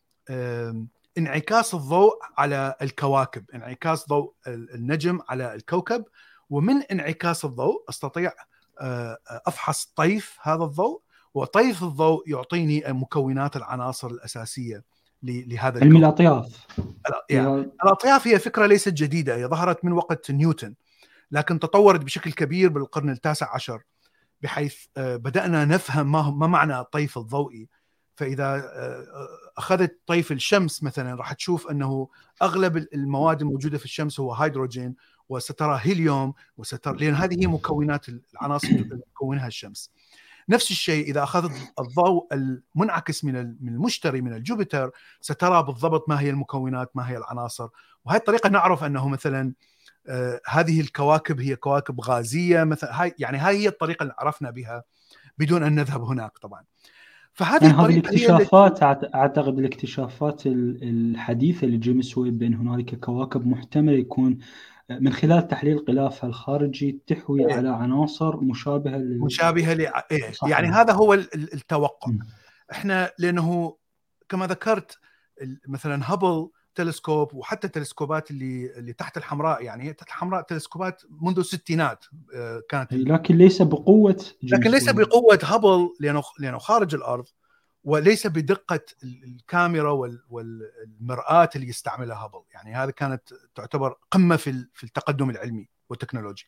انعكاس الضوء على الكواكب، انعكاس ضوء النجم على الكوكب، ومن انعكاس الضوء أستطيع أفحص طيف هذا الضوء، وطيف الضوء يعطيني مكونات العناصر الأساسية لهذا علم الكوكب. الأطياف. يعني الأطياف هي فكرة ليست جديدة، هي ظهرت من وقت نيوتن، لكن تطورت بشكل كبير بالقرن التاسع عشر، بحيث بدأنا نفهم ما معنى الطيف الضوئي. فإذا أخذت طيف الشمس مثلا راح تشوف أنه أغلب المواد الموجودة في الشمس هو هيدروجين، وسترى هيليوم، لأن هذه هي مكونات العناصر اللي تكونها الشمس. نفس الشيء إذا أخذت الضوء المنعكس من المشتري من الجوبيتر، سترى بالضبط ما هي المكونات، ما هي العناصر. وهذه الطريقة نعرف أنه مثلا هذه الكواكب هي كواكب غازية مثلا. هاي هي الطريقة اللي عرفنا بها بدون أن نذهب هناك طبعا. فهذه يعني هذه الطريقة هي التي الاكتشافات، أعتقد الاكتشافات الحديثة لجيمس ويب بأن هنالك كواكب محتمل يكون من خلال تحليل غلافها الخارجي تحوي على عناصر مشابهة مشابهة يعني صحيح. هذا هو التوقع. احنا لأنه كما ذكرت مثلا هابل تلسكوب، وحتى التلسكوبات اللي تحت الحمراء، يعني تحت الحمراء تلسكوبات منذ الستينات كانت، لكن ليس بقوة لكن جيمس ليس ويب. بقوة هابل لأنه خارج الأرض، وليس بدقة الكاميرا والمرآة اللي يستعملها هابل. يعني هذا كانت تعتبر قمة في التقدم العلمي والتكنولوجي.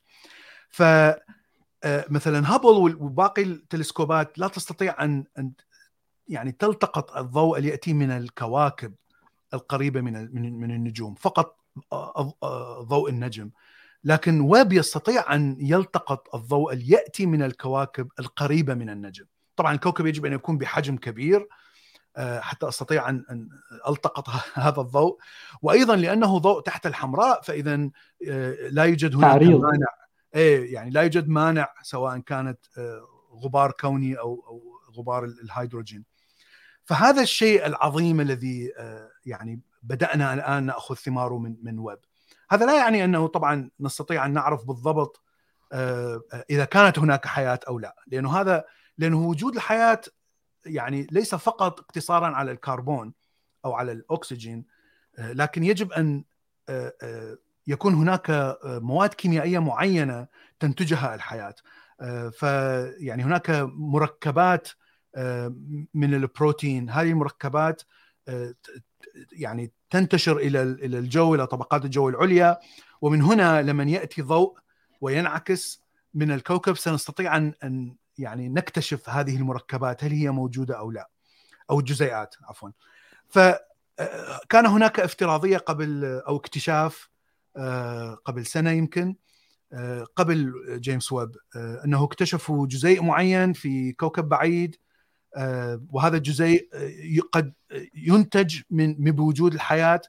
فمثلا هابل وباقي التلسكوبات لا تستطيع أن يعني تلتقط الضوء اللي يأتي من الكواكب القريبة من النجوم، فقط ضوء النجم. لكن ويب يستطيع أن يلتقط الضوء اللي يأتي من الكواكب القريبة من النجم. طبعا الكوكب يجب أن يكون بحجم كبير حتى أستطيع أن ألتقط هذا الضوء. وأيضا لأنه ضوء تحت الحمراء، فإذا لا يوجد هناك تعريض. مانع. يعني لا يوجد مانع سواء كانت غبار كوني أو غبار الهيدروجين. فهذا الشيء العظيم الذي يعني بدأنا الآن نأخذ ثماره من ويب. هذا لا يعني أنه طبعا نستطيع أن نعرف بالضبط إذا كانت هناك حياة أو لا، لأنه وجود الحياة يعني ليس فقط اقتصارا على الكربون أو على الأكسجين، لكن يجب أن يكون هناك مواد كيميائية معينة تنتجها الحياة. فيعني هناك مركبات من البروتين، هذه المركبات يعني تنتشر إلى الجو، إلى طبقات الجو العليا، ومن هنا لما يأتي ضوء وينعكس من الكوكب سنستطيع أن يعني نكتشف هذه المركبات هل هي موجودة أو لا، أو الجزيئات عفوا. فكان هناك افتراضية قبل، أو اكتشاف قبل سنة يمكن قبل جيمس ويب، أنه اكتشفوا جزيء معين في كوكب بعيد، وهذا الجزيء قد ينتج من بوجود الحياة،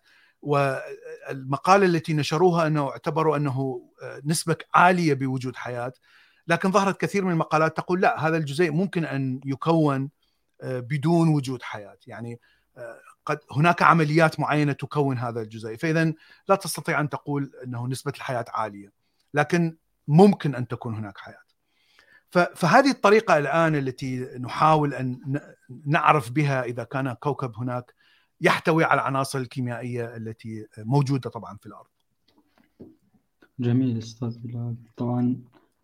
والمقالة التي نشروها أنه اعتبروا أنه نسبة عالية بوجود حياة، لكن ظهرت كثير من المقالات تقول لا، هذا الجزيء ممكن أن يكون بدون وجود حياة، يعني قد هناك عمليات معينة تكون هذا الجزيء. فإذا لا تستطيع أن تقول أنه نسبة الحياة عالية، لكن ممكن أن تكون هناك حياة. فهذه الطريقة الآن التي نحاول أن نعرف بها إذا كان كوكب هناك يحتوي على العناصر الكيميائية التي موجودة طبعا في الأرض. جميل أستاذ بلال. طبعا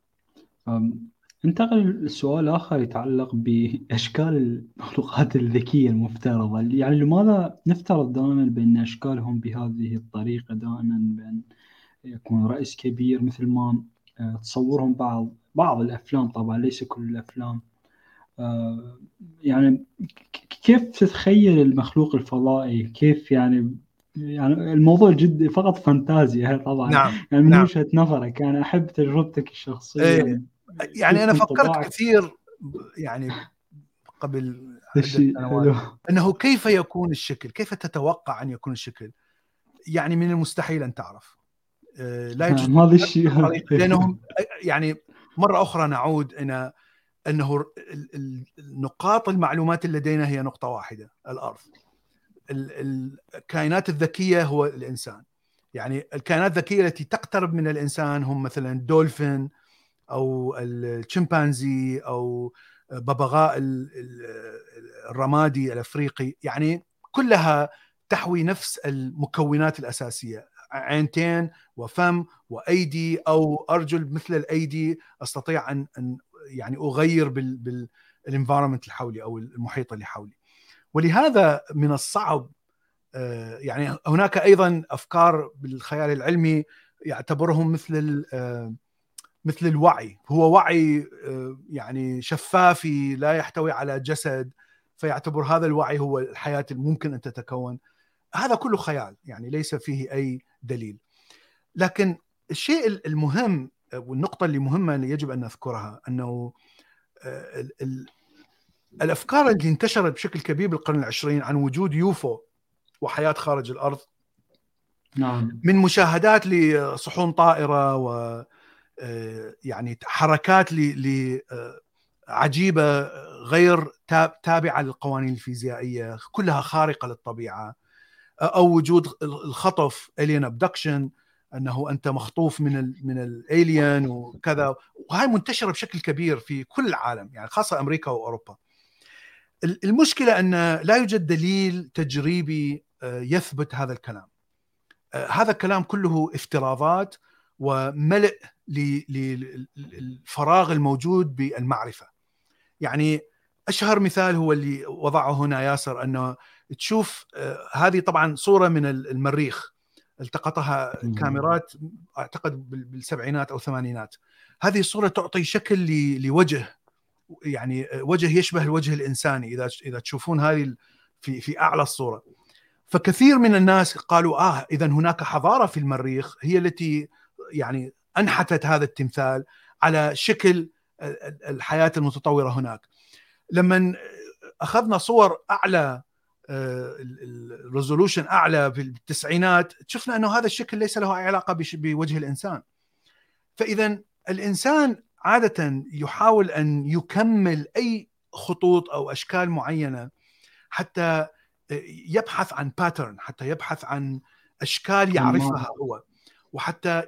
انتقل لسؤال آخر يتعلق بأشكال المخلوقات الذكية المفترضة. يعني لماذا نفترض دائما بأن أشكالهم بهذه الطريقة، دائما بأن يكون رأس كبير مثل ما تصورهم بعض الأفلام، طبعا ليس كل الأفلام. يعني كيف تتخيل المخلوق الفضائي؟ كيف يعني الموضوع جد فقط فانتازيا طبعا. نعم يعني من نعم. وجهة نظرك، أنا أحب تجربتك الشخصية. يعني كيف أنا فكرت انطباعك؟ كثير يعني قبل عدة شيء سنوات حلو. أنه كيف يكون الشكل، كيف تتوقع أن يكون الشكل. يعني من المستحيل أن تعرف، لا يوجد نعم، هذا الشيء. طريقة، لأنهم يعني مرة أخرى نعود إلى أنه نقاط المعلومات اللي لدينا هي نقطة واحدة، الأرض. الكائنات الذكية هو الإنسان. يعني الكائنات الذكية التي تقترب من الإنسان هم مثلا الدولفين أو الشمبانزي أو ببغاء الرمادي الأفريقي، يعني كلها تحوي نفس المكونات الأساسية: عينتين وفم وأيدي أو أرجل مثل الأيدي، أستطيع أن يعني أغير بالenvironment الحولي أو المحيط اللي حولي. ولهذا من الصعب، يعني هناك أيضا أفكار بالخيال العلمي يعتبرهم مثل الوعي، هو وعي يعني شفافي لا يحتوي على جسد، فيعتبر هذا الوعي هو الحياة الممكن أن تتكون. هذا كله خيال، يعني ليس فيه أي دليل. لكن الشيء المهم والنقطة اللي مهمة اللي يجب أن نذكرها أنه الأفكار اللي انتشرت بشكل كبير بالقرن العشرين عن وجود يوفو وحياة خارج الأرض، نعم. من مشاهدات لصحون طائرة و يعني حركات عجيبة غير تابعة للقوانين الفيزيائية، كلها خارقة للطبيعة، أو وجود الخطف alien abduction، أنه أنت مخطوف من الالين وكذا، وهي منتشرة بشكل كبير في كل العالم، يعني خاصة أمريكا وأوروبا. المشكلة أن لا يوجد دليل تجريبي يثبت هذا الكلام. هذا الكلام كله افتراضات وملء للفراغ الموجود بالمعرفة. يعني أشهر مثال هو اللي وضعه هنا ياسر، أنه تشوف هذه طبعا صورة من المريخ التقطها كاميرات أعتقد بالسبعينات أو الثمانينات. هذه الصورة تعطي شكل لوجه، يعني وجه يشبه الوجه الإنساني إذا تشوفون هذه في أعلى الصورة. فكثير من الناس قالوا إذا هناك حضارة في المريخ هي التي يعني أنحتت هذا التمثال على شكل الحياة المتطورة هناك. لما أخذنا صور أعلى، الريزولوشن أعلى في التسعينات، شفنا أنه هذا الشكل ليس له علاقة بوجه الإنسان. فإذا الإنسان عادة يحاول أن يكمل أي خطوط أو أشكال معينة حتى يبحث عن باترن، حتى يبحث عن أشكال يعرفها هو، وحتى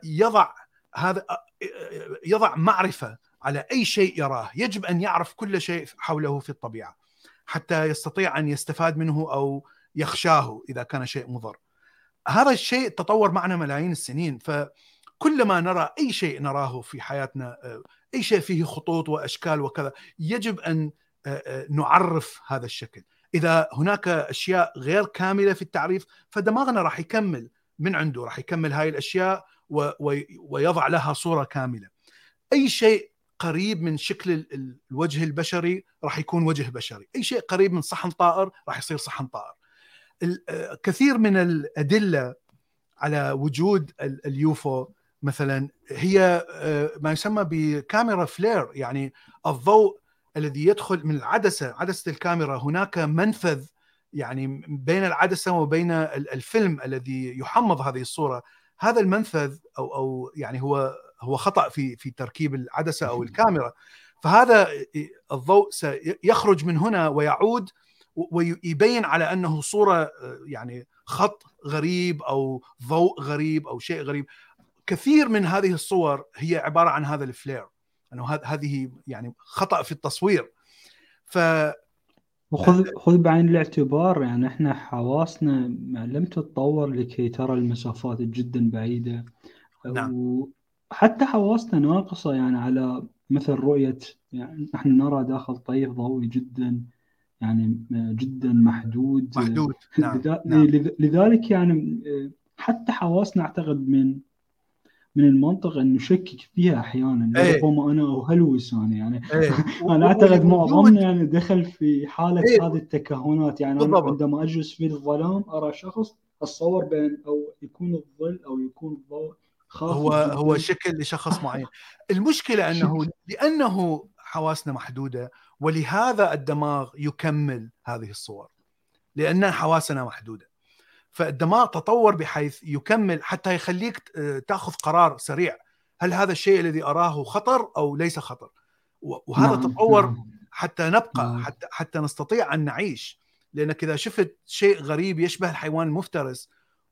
يضع معرفة على أي شيء يراه. يجب أن يعرف كل شيء حوله في الطبيعة حتى يستطيع أن يستفاد منه أو يخشاه إذا كان شيء مضر. هذا الشيء تطور معنا ملايين السنين، فكلما نرى أي شيء نراه في حياتنا، أي شيء فيه خطوط وأشكال وكذا، يجب أن نعرف هذا الشكل. إذا هناك أشياء غير كاملة في التعريف، فدماغنا راح يكمل من عنده، راح يكمل هاي الأشياء ويضع لها صورة كاملة. أي شيء قريب من شكل الوجه البشري راح يكون وجه بشري، أي شيء قريب من صحن طائر راح يصير صحن طائر. كثير من الأدلة على وجود اليوفو مثلا هي ما يسمى بكاميرا فلير، يعني الضوء الذي يدخل من عدسة الكاميرا، هناك منفذ يعني بين العدسة وبين الفيلم الذي يحمض هذه الصورة، هذا المنفذ أو يعني هو خطأ في تركيب العدسة أو الكاميرا. فهذا الضوء سيخرج من هنا ويعود ويبين على أنه صورة يعني خط غريب أو ضوء غريب أو شيء غريب. كثير من هذه الصور هي عبارة عن هذا الفلير، أنه هذه يعني خطأ في التصوير. خذ بعين الاعتبار يعني احنا حواسنا لم تتطور لكي ترى المسافات جدا بعيدة، نعم وحتى حواسنا ناقصة يعني على مثل رؤية، يعني نحن نرى داخل طيف ضوئي جدا يعني جدا محدود. محدود. نعم نعم لذلك يعني حتى حواسنا أعتقد من المنطق أن نشكك فيها أحيانا، ايه لربما أنا أهلوس يعني ايه أنا أعتقد والوجود معظمنا يعني دخل في حالة ايه هذه التكهنات. يعني أنا بالضبط. عندما أجلس في الظلام أرى شخص، أتصور بأن أو يكون الظل أو يكون الضوء خافت هو جدا. شكل لشخص معين. المشكلة أنه لأنه حواسنا محدودة، ولهذا الدماغ يكمل هذه الصور، لأن حواسنا محدودة. فالدماغ تطور بحيث يكمل حتى يخليك تأخذ قرار سريع، هل هذا الشيء الذي أراه خطر أو ليس خطر. وهذا نعم تطور نعم. حتى نبقى، حتى نستطيع أن نعيش. لأنك إذا شفت شيء غريب يشبه الحيوان المفترس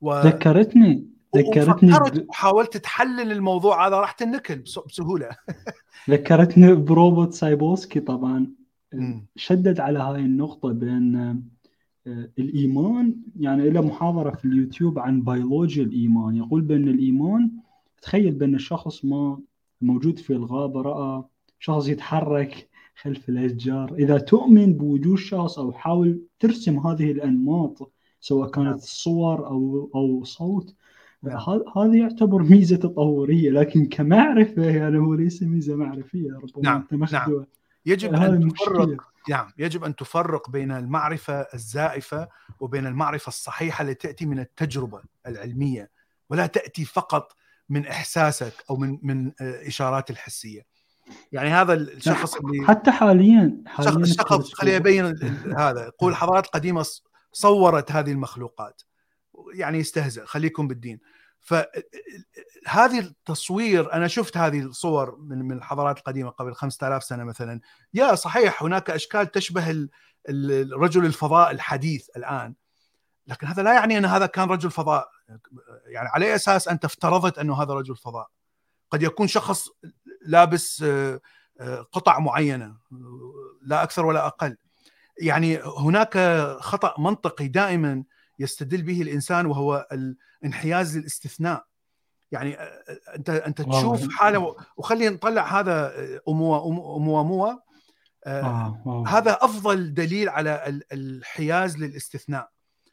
ذكرتني وفكرت وحاولت تحلل الموضوع هذا، راح تنكل بسهولة. ذكرتني بروبوت سايبوسكي طبعا. مم. شدد على هاي النقطة بأن الإيمان، يعني له محاضرة في اليوتيوب عن بيولوجيا الإيمان. يقول بأن الإيمان، تخيل بأن الشخص ما موجود في الغابة رأى شخص يتحرك خلف الأشجار، إذا تؤمن بوجود شخص أو حاول ترسم هذه الأنماط سواء نعم كانت صور أو صوت، نعم هذا يعتبر ميزة تطورية. لكن كمعرفة يعني هو ليس ميزة معرفية، ربما نعم أنت نعم. مخدوع. يجب هذه أن تفرق. المشكلة. نعم يجب أن تفرق بين المعرفة الزائفة وبين المعرفة الصحيحة التي تأتي من التجربة العلمية، ولا تأتي فقط من إحساسك أو من إشارات الحسية. يعني هذا الشخص اللي حتى حاليا الشخص خليه التلسكوبات. يبين هذا يقول الحضارات القديمة صورت هذه المخلوقات، يعني يستهزئ، خليكم بالدين. فهذه التصوير، أنا شفت هذه الصور من الحضارات القديمة قبل 5000 سنة مثلا. يا صحيح هناك أشكال تشبه الرجل الفضاء الحديث الآن، لكن هذا لا يعني أن هذا كان رجل فضاء. يعني على أي أساس أنت افترضت أنه هذا رجل فضاء؟ قد يكون شخص لابس قطع معينة، لا أكثر ولا أقل. يعني هناك خطأ منطقي دائما يستدل به الإنسان، وهو الانحياز للاستثناء. يعني أنت تشوف حالة، وخلينا نطلع هذا أموموا. هذا أفضل دليل على الحياز للاستثناء.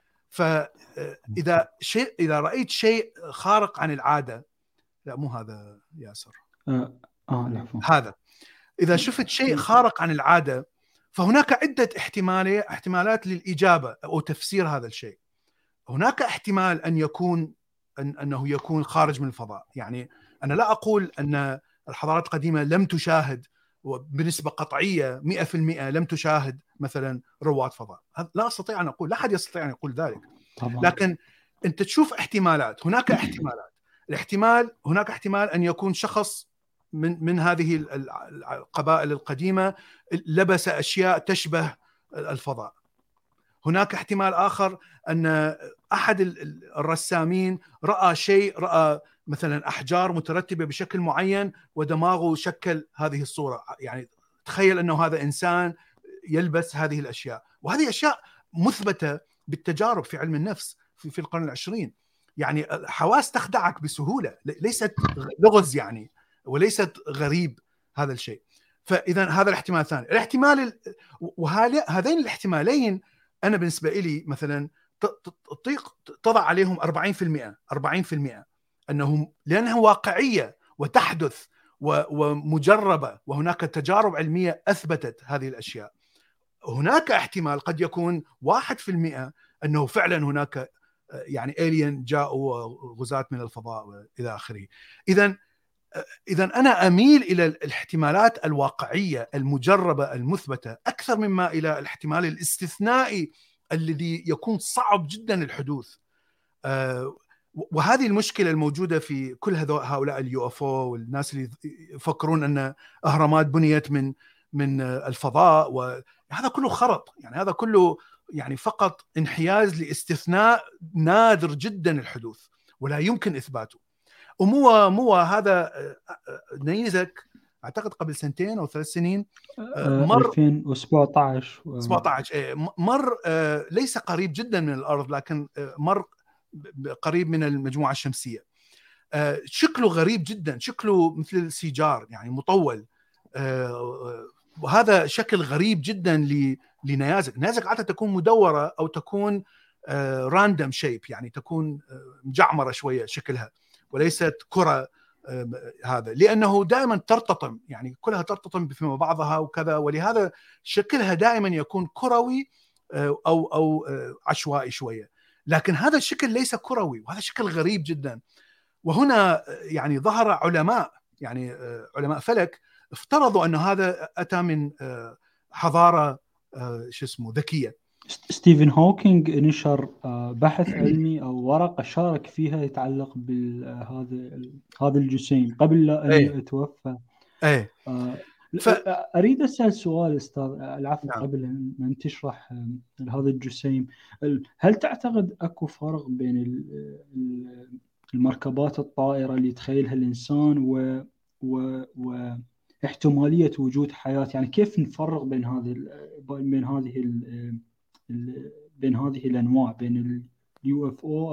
فإذا إذا رأيت شيء خارق عن العادة، لا مو هذا ياسر، لا هذا إذا شفت شيء خارق عن العادة، فهناك عدة احتمالات للإجابة أو تفسير هذا الشيء. هناك احتمال أنه يكون خارج من الفضاء. يعني أنا لا أقول أن الحضارات القديمة لم تشاهد وبنسبة قطعية 100% لم تشاهد مثلا رواد فضاء، لا أستطيع أن أقول، لا أحد يستطيع أن يقول ذلك طبعا. لكن أنت تشوف احتمالات، هناك احتمالات. هناك احتمال أن يكون شخص من هذه القبائل القديمة لبس أشياء تشبه الفضاء. هناك احتمال آخر أن أحد الرسامين رأى مثلا أحجار مترتبة بشكل معين ودماغه شكل هذه الصورة. يعني تخيل أنه هذا إنسان يلبس هذه الأشياء، وهذه أشياء مثبتة بالتجارب في علم النفس في القرن العشرين. يعني حواس تخدعك بسهولة، ليست لغز يعني، وليست غريب هذا الشيء. فإذا هذا الاحتمال الثاني. الاحتمال وهذين الاحتمالين أنا بالنسبة لي مثلا تضع عليهم 40% أنهم، لأنها واقعية وتحدث ومجربة، وهناك تجارب علمية أثبتت هذه الأشياء. هناك احتمال قد يكون 1% أنه فعلا هناك يعني alien جاءوا غزاة من الفضاء وإلى آخره. إذا أنا أميل إلى الاحتمالات الواقعية المجربة المثبتة أكثر مما إلى الاحتمال الاستثنائي الذي يكون صعب جدا الحدوث. وهذه المشكلة الموجودة في كل هؤلاء اليو اف او والناس اللي يفكرون أن أهرامات بنيت من الفضاء، وهذا كله خرط. يعني هذا كله يعني فقط انحياز لاستثناء نادر جدا الحدوث ولا يمكن إثباته. ومو هذا نيزك أعتقد قبل 2 أو 3 سنين مر 2017 17 مر ليس قريب جدا من الأرض، لكن مر قريب من المجموعة الشمسية. شكله غريب جدا، شكله مثل السيجار يعني مطول. وهذا شكل غريب جدا لنيازك. نيازك عادة تكون مدورة أو تكون راندم شيب، يعني تكون مجعمرة شوية شكلها وليست كرة. هذا لأنه دائما ترتطم، يعني كلها ترتطم فيما بعضها وكذا، ولهذا شكلها دائما يكون كروي أو عشوائي شوية. لكن هذا الشكل ليس كروي، وهذا شكل غريب جدا. وهنا يعني ظهر علماء، يعني علماء فلك افترضوا أن هذا أتى من حضارة ذكية. ستيفن هوكينج نشر بحث علمي أو ورقة شارك فيها يتعلق بهذا الجسيم قبل لا أن يتوفى. أريد أسأل سؤال أستاذ، العفو. نعم. قبل أن تشرح هذا الجسيم، هل تعتقد أكو فرق بين المركبات الطائرة اللي يتخيلها الإنسان واحتمالية وجود حياة؟ يعني كيف نفرق بين هذه الأنواع، بين اليو اف او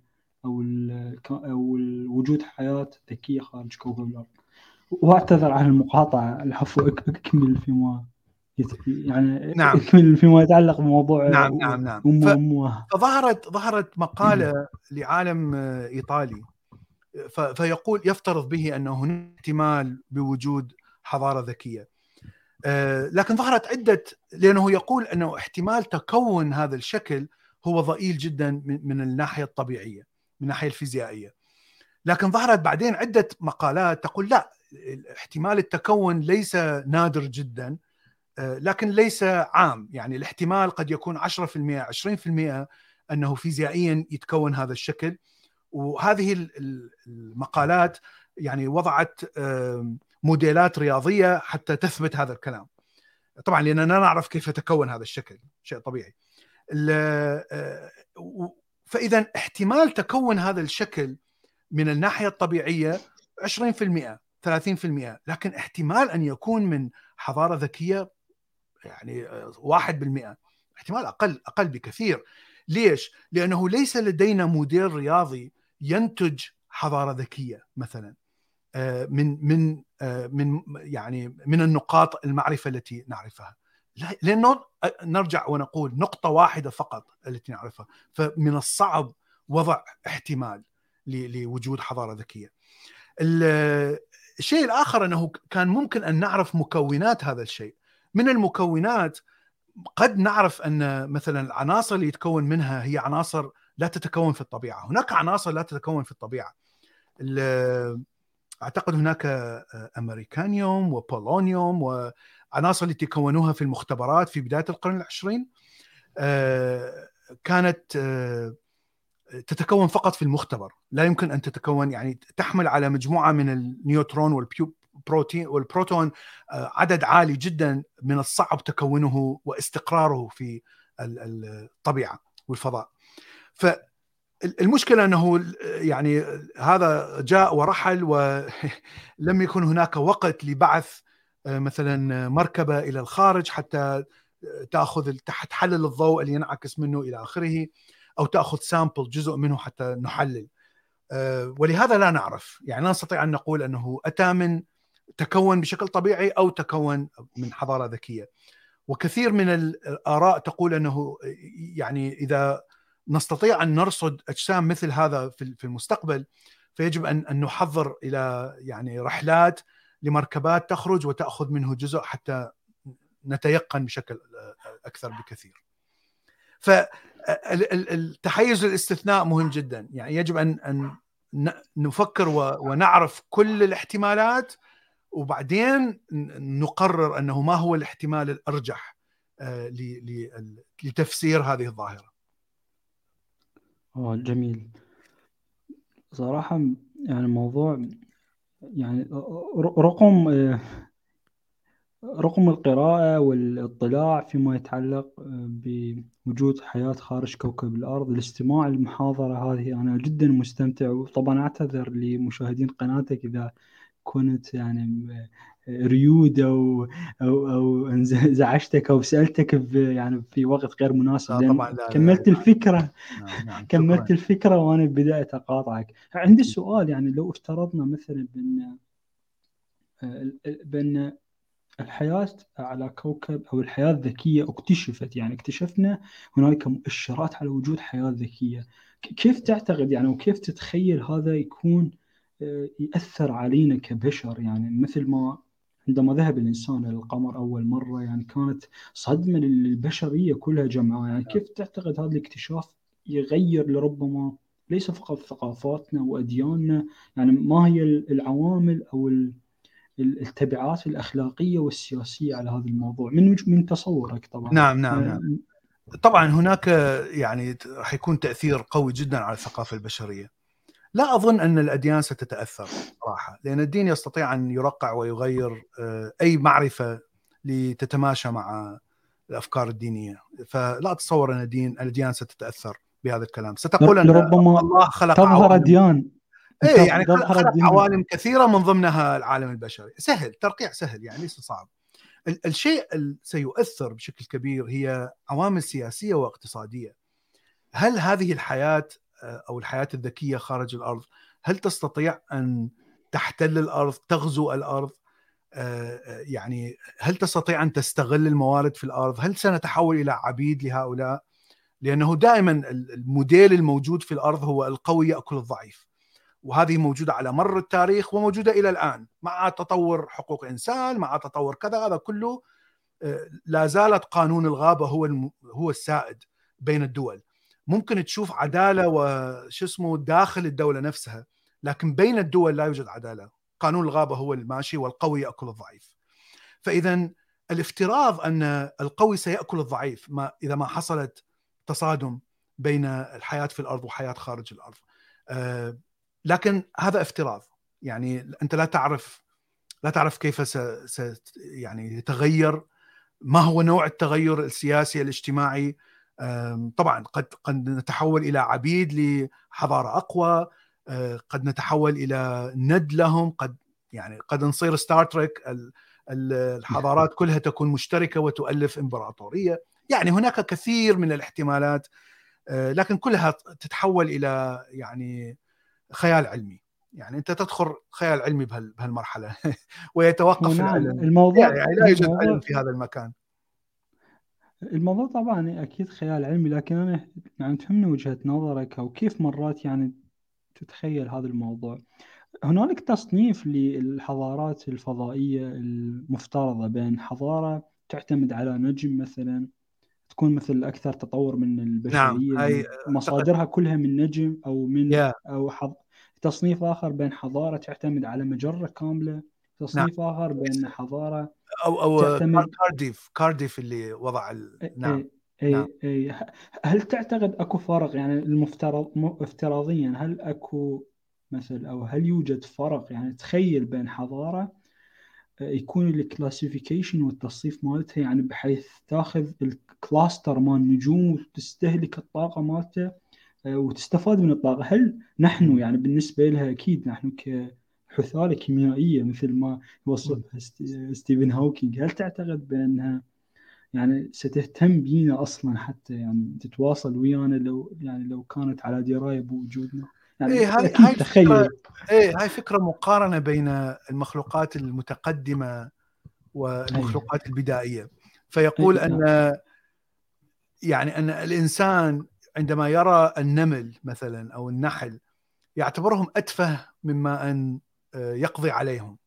أو وجود حياة ذكية خارج كوكب الأرض؟ واعتذر عن المقاطعة، العفو. اكمل فيما نعم. اكمل فيما يتعلق بموضوع نعم. فظهرت مقالة لعالم إيطالي فيقول يفترض به أنه هناك احتمال بوجود حضارة ذكية، لكن ظهرت عدة، لأنه يقول أنه احتمال تكون هذا الشكل هو ضئيل جدا من الناحية الطبيعية، من الناحية الفيزيائية. لكن ظهرت بعدين عدة مقالات تقول لا، احتمال التكون ليس نادر جدا، لكن ليس عام. يعني الاحتمال قد يكون 10% 20% أنه فيزيائيا يتكون هذا الشكل. وهذه المقالات يعني وضعت موديلات رياضية حتى تثبت هذا الكلام، طبعا لأننا نعرف كيف يتكون هذا الشكل، شيء طبيعي. فإذا احتمال تكون هذا الشكل من الناحية الطبيعية 20% 30%، لكن احتمال أن يكون من حضارة ذكية يعني 1%. احتمال أقل بكثير. ليش؟ لأنه ليس لدينا موديل رياضي ينتج حضارة ذكية مثلا من يعني من النقاط المعرفة التي نعرفها. لأنه نرجع ونقول نقطة واحدة فقط التي نعرفها، فمن الصعب وضع احتمال لوجود حضارة ذكية. الشيء الآخر أنه كان ممكن أن نعرف مكونات هذا الشيء. من المكونات قد نعرف أن مثلا العناصر اللي يتكون منها هي عناصر لا تتكون في الطبيعة. هناك عناصر لا تتكون في الطبيعة. أعتقد هناك أمريكانيوم وبولونيوم وعناصر اللي تكونوها في المختبرات في بداية القرن العشرين كانت تتكون فقط في المختبر، لا يمكن أن تتكون، يعني تحمل على مجموعة من النيوترون والبروتون عدد عالي جدا من الصعب تكونه واستقراره في الطبيعة والفضاء. فالمشكلة أنه يعني هذا جاء ورحل، ولم يكن هناك وقت لبعث مثلا مركبة إلى الخارج حتى تحلل الضوء اللي ينعكس منه إلى آخره، أو تأخذ سامبل جزء منه حتى نحلل. ولهذا لا نعرف، يعني لا نستطيع أن نقول أنه أتى من تكون بشكل طبيعي أو تكون من حضارة ذكية. وكثير من الآراء تقول أنه يعني إذا نستطيع أن نرصد أجسام مثل هذا في المستقبل، فيجب أن نحضر إلى يعني رحلات لمركبات تخرج وتأخذ منه جزء حتى نتيقن بشكل أكثر بكثير. فالتحيز الاستثناء مهم جدا، يعني يجب أن نفكر ونعرف كل الاحتمالات، وبعدين نقرر أنه ما هو الاحتمال الأرجح لتفسير هذه الظاهرة. جميل صراحة. يعني موضوع يعني رقم القراءة والاطلاع فيما يتعلق بوجود حياة خارج كوكب الأرض، الاستماع للمحاضرة هذه أنا جدا مستمتع. وطبعا أعتذر لمشاهدين قناتك إذا كنت يعني ريود أو زعجتك أو سألتك يعني في وقت غير مناسب، لا طبعا، لأن لا لا. كملت الفكرة. نعم نعم، شكرا. كملت الفكرة وأنا بدأت أقاطعك. عندي أكيد. سؤال، يعني لو افترضنا مثلا بأن الحياة على كوكب أو الحياة الذكية اكتشفت، يعني اكتشفنا هناك مؤشرات على وجود حياة ذكية، كيف تعتقد يعني وكيف تتخيل هذا يكون يأثر علينا كبشر؟ يعني مثل ما عندما ذهب الإنسان إلى القمر أول مرة، يعني كانت صدمة للبشرية كلها جمعاء. يعني كيف تعتقد هذا الاكتشاف يغير لربما ليس فقط ثقافاتنا وأدياننا؟ يعني ما هي العوامل أو التبعات الأخلاقية والسياسية على هذا الموضوع من تصورك طبعا؟ نعم نعم نعم. طبعا هناك يعني راح يكون تأثير قوي جدا على الثقافة البشرية. لا أظن أن الأديان ستتأثر صراحة، لأن الدين يستطيع أن يرقع ويغير أي معرفة لتتماشى مع الأفكار الدينية. فلا أتصور أن الأديان ستتأثر بهذا الكلام. ستقول أن لربما الله خلق تظهر عوالم، أديان إيه يعني تظهر خلق الدين. عوالم كثيرة من ضمنها العالم البشري. سهل، ترقيع سهل يعني، ليس صعب. الشيء سيؤثر بشكل كبير هي عوامل سياسية واقتصادية. هل هذه الحياة أو الحياة الذكية خارج الأرض هل تستطيع أن تحتل الأرض، تغزو الأرض؟ يعني هل تستطيع أن تستغل الموارد في الأرض؟ هل سنتحول إلى عبيد لهؤلاء؟ لأنه دائما الموديل الموجود في الأرض هو القوي يأكل الضعيف، وهذه موجودة على مر التاريخ وموجودة إلى الآن مع تطور حقوق الإنسان، مع تطور كذا، هذا كله لا زالت قانون الغابة هو السائد بين الدول. ممكن تشوف عدالة وش اسمه داخل الدولة نفسها، لكن بين الدول لا يوجد عدالة. قانون الغابة هو الماشي والقوي يأكل الضعيف. فإذا الافتراض أن القوي سيأكل الضعيف إذا ما حصلت تصادم بين الحياة في الأرض وحياة خارج الأرض. لكن هذا افتراض، يعني أنت لا تعرف كيف يعني يتغير، ما هو نوع التغير السياسي الاجتماعي. طبعا قد نتحول إلى عبيد لحضارة أقوى، قد نتحول إلى ند لهم، قد نصير ستار تريك، الحضارات كلها تكون مشتركة وتؤلف إمبراطورية. يعني هناك كثير من الاحتمالات، لكن كلها تتحول إلى يعني خيال علمي. يعني أنت تدخل خيال علمي بهالمرحلة ويتوقف في نعم، العلم. الموضوع يعني لا يوجد علم الموضوع في هذا المكان. الموضوع طبعا أكيد خيال علمي، لكن أنا يعني تهمني وجهة نظرك أو كيف مرات يعني تتخيل هذا الموضوع. هنالك تصنيف للحضارات الفضائية المفترضة بين حضارة تعتمد على نجم مثلا، تكون مثل أكثر تطور من نعم، البشرية، هاي يعني أعتقد. مصادرها كلها من نجم أو من يا أو تصنيف آخر بين حضارة تعتمد على مجرة كاملة، نعم، تصنيف آخر بين حضارة أو تعتمد. كارديف اللي وضع نعم أي نعم. هل تعتقد أكو فرق يعني افتراضيا، هل أكو مثل أو هل يوجد فرق؟ يعني تخيل بين حضارة يكون الكلاسيفيكيشن والتصنيف مالتها يعني بحيث تاخذ الكلاستر مال النجوم وتستهلك الطاقة مالته وتستفاد من الطاقة. هل نحن يعني بالنسبة لها أكيد نحن كحثالة كيميائية مثل ما يوصفها ستيفن هوكينج، هل تعتقد بأنها يعني ستهتم بينا أصلا حتى يعني تتواصل ويانا لو كانت على دراية بوجودنا؟ يعني إيه، هاي أكيد الفكرة. تخيل. إيه، هاي فكرة مقارنة بين المخلوقات المتقدمة أي والمخلوقات البدائية. فيقول أن نعم. يعني أن الإنسان عندما يرى النمل مثلا أو النحل يعتبرهم أتفه مما أن يقضي عليهم.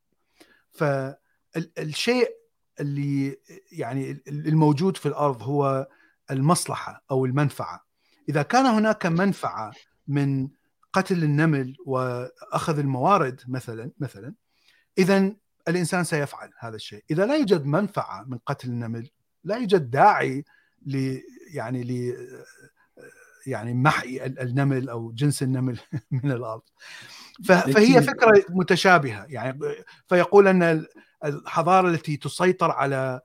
فالشيء اللي يعني الموجود في الأرض هو المصلحة أو المنفعة. إذا كان هناك منفعة من قتل النمل وأخذ الموارد مثلا إذن الإنسان سيفعل هذا الشيء. إذا لا يوجد منفعة من قتل النمل لا يوجد داعي يعني محي النمل أو جنس النمل من الأرض. فهي فكرة متشابهة يعني. فيقول أن الحضارة التي تسيطر على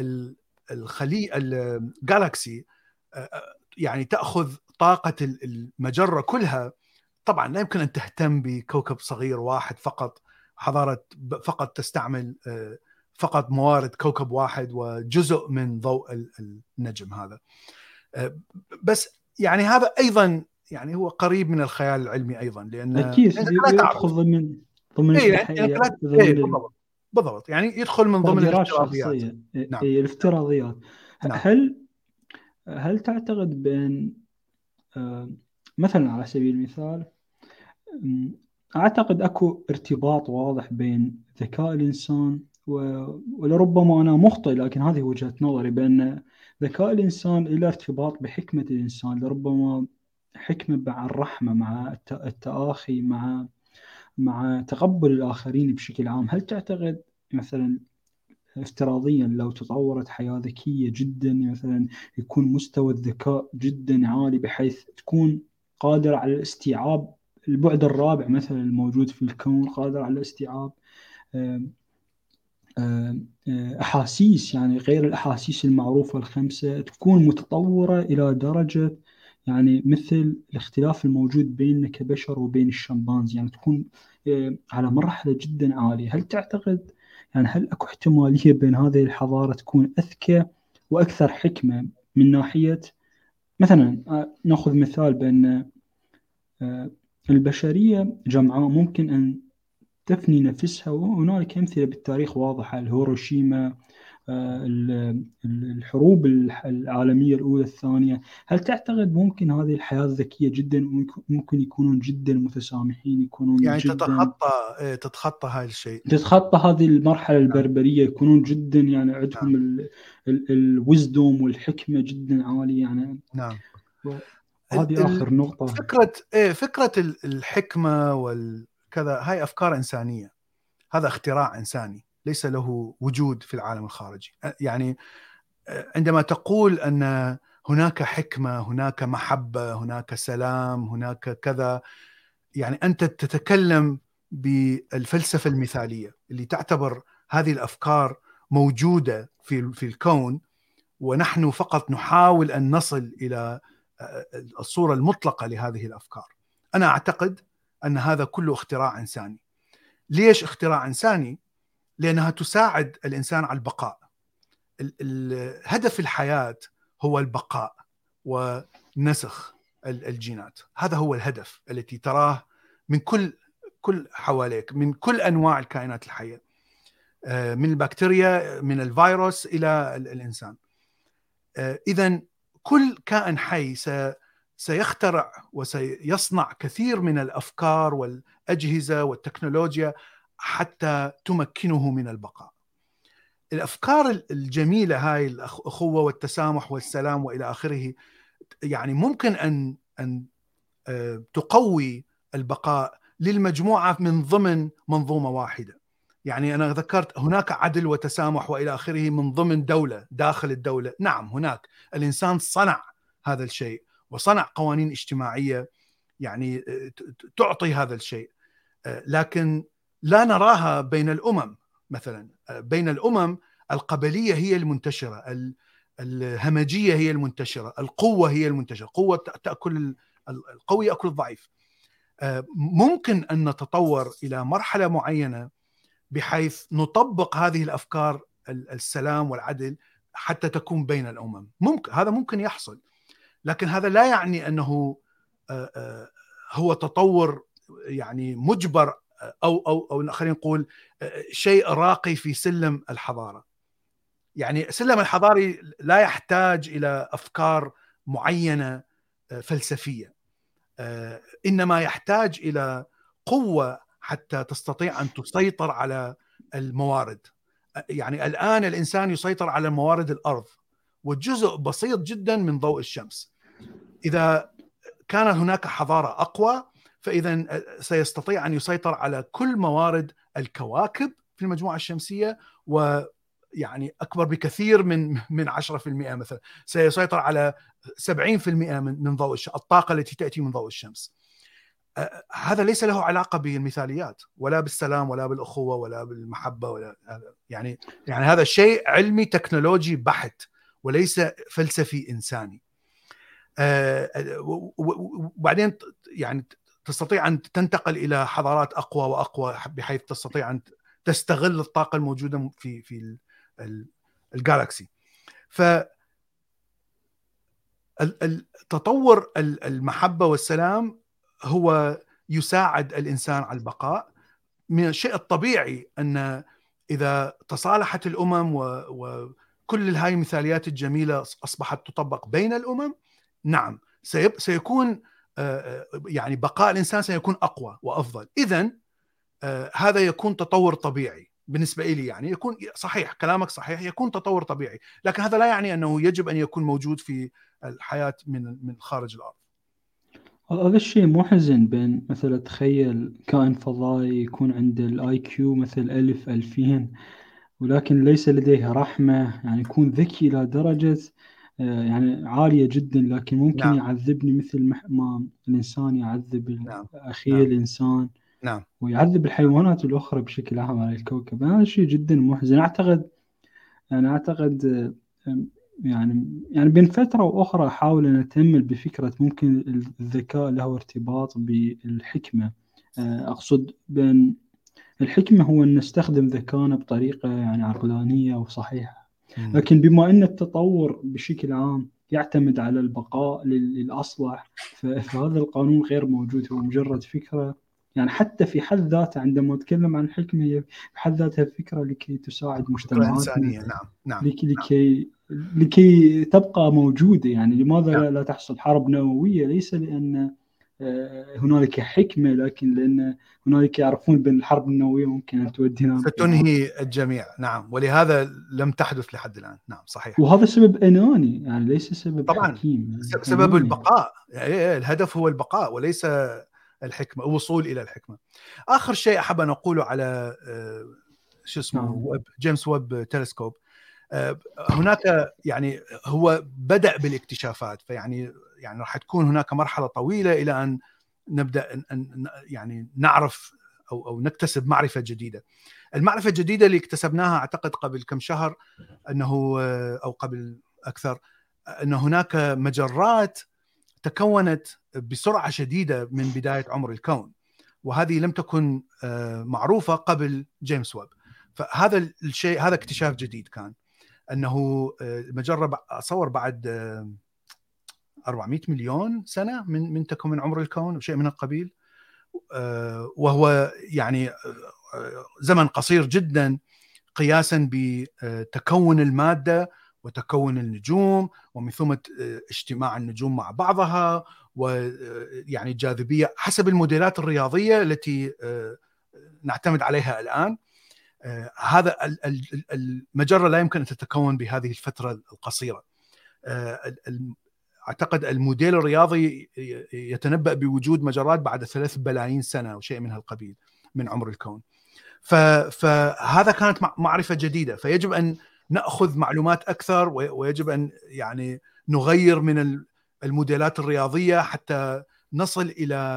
الجالاكسي يعني تأخذ طاقة المجرة كلها. طبعا لا يمكن أن تهتم بكوكب صغير واحد فقط، حضارة فقط تستعمل فقط موارد كوكب واحد وجزء من ضوء النجم هذا. بس يعني هذا أيضا يعني هو قريب من الخيال العلمي أيضا، لأن أكيد لا يدخل تعرف. ضمن يعني بالضبط يعني يدخل من ضمن التقديرات الافتراضيات. الشخصية. نعم. الافتراضيات. نعم. هل تعتقد بأن مثلا على سبيل المثال أعتقد أكو ارتباط واضح بين ذكاء الإنسان ولربما أنا مخطئ، لكن هذه وجهة نظري، بأن ذكاء الإنسان له ارتباط بحكمة الإنسان، لربما حكمة مع الرحمة، مع التآخي، مع تقبل الآخرين بشكل عام. هل تعتقد مثلا افتراضيا لو تطورت حياة ذكية جدا، مثلا يكون مستوى الذكاء جدا عالي بحيث تكون قادرة على الاستيعاب البعد الرابع مثلا الموجود في الكون، قادرة على استيعاب أحاسيس، يعني غير الأحاسيس المعروفة الخمسة، تكون متطورة إلى درجة يعني مثل الاختلاف الموجود بيننا كبشر وبين الشمبانزي، يعني تكون على مرحلة جدا عالية. هل تعتقد يعني هل أكو احتمالية بين هذه الحضارة تكون أذكى وأكثر حكمة من ناحية مثلا نأخذ مثال بأن البشرية جمعاء ممكن أن تفني نفسها، وهنالك أمثلة بالتاريخ واضحة، هيروشيما، الحروب العالمية الأولى الثانية. هل تعتقد ممكن هذه الحياة الذكية جدا ممكن يكونون جدا متسامحين، يكونون يعني جدا تتخطى هذا الشيء، تتخطى هذه المرحلة نعم. البربرية، يكونون جدا يعني نعم. عندهم الوزدوم والحكمة جدا عالية يعني. نعم. وهذه آخر نقطة. فكرة الحكمة والكذا هاي أفكار إنسانية، هذا اختراع إنساني ليس له وجود في العالم الخارجي. يعني عندما تقول أن هناك حكمة، هناك محبة، هناك سلام، هناك كذا، يعني أنت تتكلم بالفلسفة المثالية اللي تعتبر هذه الأفكار موجودة في الكون، ونحن فقط نحاول أن نصل إلى الصورة المطلقة لهذه الأفكار. أنا أعتقد أن هذا كله اختراع إنساني. ليش اختراع إنساني؟ لأنها تساعد الإنسان على البقاء. هدف الحياة هو البقاء ونسخ الجينات. هذا هو الهدف التي تراه من كل حواليك، من كل أنواع الكائنات الحية، من البكتيريا، من الفيروس إلى الإنسان. إذن كل كائن حي سيخترع وسيصنع كثير من الأفكار والأجهزة والتكنولوجيا حتى تمكنه من البقاء. الأفكار الجميلة هاي، الأخوة والتسامح والسلام وإلى آخره، يعني ممكن أن تقوي البقاء للمجموعة من ضمن منظومة واحدة. يعني أنا ذكرت هناك عدل وتسامح وإلى آخره من ضمن دولة، داخل الدولة. نعم هناك، الإنسان صنع هذا الشيء وصنع قوانين اجتماعية يعني تعطي هذا الشيء، لكن لا نراها بين الأمم. مثلا بين الأمم القبلية هي المنتشرة، الهمجية هي المنتشرة، القوة هي المنتشرة، قوة تأكل القوي يأكل الضعيف. ممكن أن نتطور إلى مرحلة معينة بحيث نطبق هذه الأفكار، السلام والعدل، حتى تكون بين الأمم. هذا ممكن يحصل، لكن هذا لا يعني أنه هو تطور يعني مجبر أو خلينا نقول شيء راقي في سلم الحضارة. يعني سلم الحضاري لا يحتاج إلى أفكار معينة فلسفية، إنما يحتاج إلى قوة حتى تستطيع أن تسيطر على الموارد. يعني الآن الإنسان يسيطر على موارد الأرض وجزء بسيط جدا من ضوء الشمس. إذا كان هناك حضارة أقوى فإذا سيستطيع أن يسيطر على كل موارد الكواكب في المجموعة الشمسية، يعني أكبر بكثير من 10% مثلا، سيسيطر على 70% من ضوء الطاقة التي تأتي من ضوء الشمس. هذا ليس له علاقة بالمثاليات ولا بالسلام ولا بالأخوة ولا بالمحبة ولا يعني هذا شيء علمي تكنولوجي بحت وليس فلسفي إنساني. وبعدين يعني تستطيع أن تنتقل إلى حضارات أقوى وأقوى بحيث تستطيع أن تستغل الطاقة الموجودة في الجالاكسي. فالتطور المحبة والسلام هو يساعد الإنسان على البقاء. من الشيء الطبيعي أن إذا تصالحت الأمم وكل هاي المثاليات الجميلة أصبحت تطبق بين الأمم، نعم سيكون يعني بقاء الإنسان سيكون أقوى وأفضل. إذن هذا يكون تطور طبيعي بالنسبة لي، يعني يكون صحيح كلامك صحيح، يكون تطور طبيعي، لكن هذا لا يعني أنه يجب أن يكون موجود في الحياة من خارج الأرض. هذا الشيء محزن. بين مثلا تخيل كائن فضائي يكون عنده الاي كيو مثل 1000 2000، ولكن ليس لديه رحمة، يعني يكون ذكي إلى درجة يعني عالية جدا، لكن ممكن نعم يعذبني مثل ما الإنسان يعذب نعم أخيه نعم الإنسان، نعم ويعذب الحيوانات الأخرى بشكل عام على الكوكب. هذا شيء جدا محزن. أعتقد يعني بين فترة وأخرى أحاول أن أتأمل بفكرة ممكن الذكاء له ارتباط بالحكمة. أقصد بأن الحكمة هو أن نستخدم ذكائنا بطريقة يعني عقلانية وصحيحة، لكن بما أن التطور بشكل عام يعتمد على البقاء للأصلح، فهذا القانون غير موجود، هو مجرد فكرة. يعني حتى في حد ذاتها عندما نتكلم عن الحكمة، هي في حد ذاتها فكرة لكي تساعد فكرة مجتمعاتنا، إنسانية. نعم نعم لكي تبقى موجودة. يعني لماذا نعم. لا تحصل حرب نووية؟ ليس لأن هنالك حكمة، لكن لأن هنالك يعرفون بأن الحرب النووية ممكن أن تودينا انقراض. ستنهي الجميع. نعم، ولهذا لم تحدث لحد الآن. نعم صحيح. وهذا سبب أناني، يعني ليس سبب طبعا حكيم، يعني سبب أناني. البقاء، الهدف هو البقاء وليس الحكمة، الوصول إلى الحكمة. آخر شيء أحب أن أقوله على شو اسمه نعم. ويب، جيمس ويب تلسكوب. هناك يعني هو بدأ بالاكتشافات، فيعني راح تكون هناك مرحلة طويلة إلى أن نبدأ أن يعني نعرف أو نكتسب معرفة جديدة. المعرفة الجديدة اللي اكتسبناها أعتقد قبل كم شهر أنه أو قبل أكثر، أن هناك مجرات تكونت بسرعة شديدة من بداية عمر الكون، وهذه لم تكن معروفة قبل جيمس ويب. فهذا الشيء، هذا اكتشاف جديد كان، أنه مجرة أصور بعد 400 مليون سنة من تكون عمر الكون وشيء من القبيل، وهو يعني زمن قصير جدا قياسا بتكون المادة وتكون النجوم، ومن ثم اجتماع النجوم مع بعضها، ويعني الجاذبية حسب الموديلات الرياضية التي نعتمد عليها الآن. هذا المجرة لا يمكن أن تتكون بهذه الفترة القصيرة. أعتقد الموديل الرياضي يتنبأ بوجود مجرات بعد 3 بلايين سنة أو شيء من هالقبيل من عمر الكون. فهذا كانت معرفة جديدة، فيجب أن نأخذ معلومات أكثر، ويجب أن يعني نغير من الموديلات الرياضية حتى نصل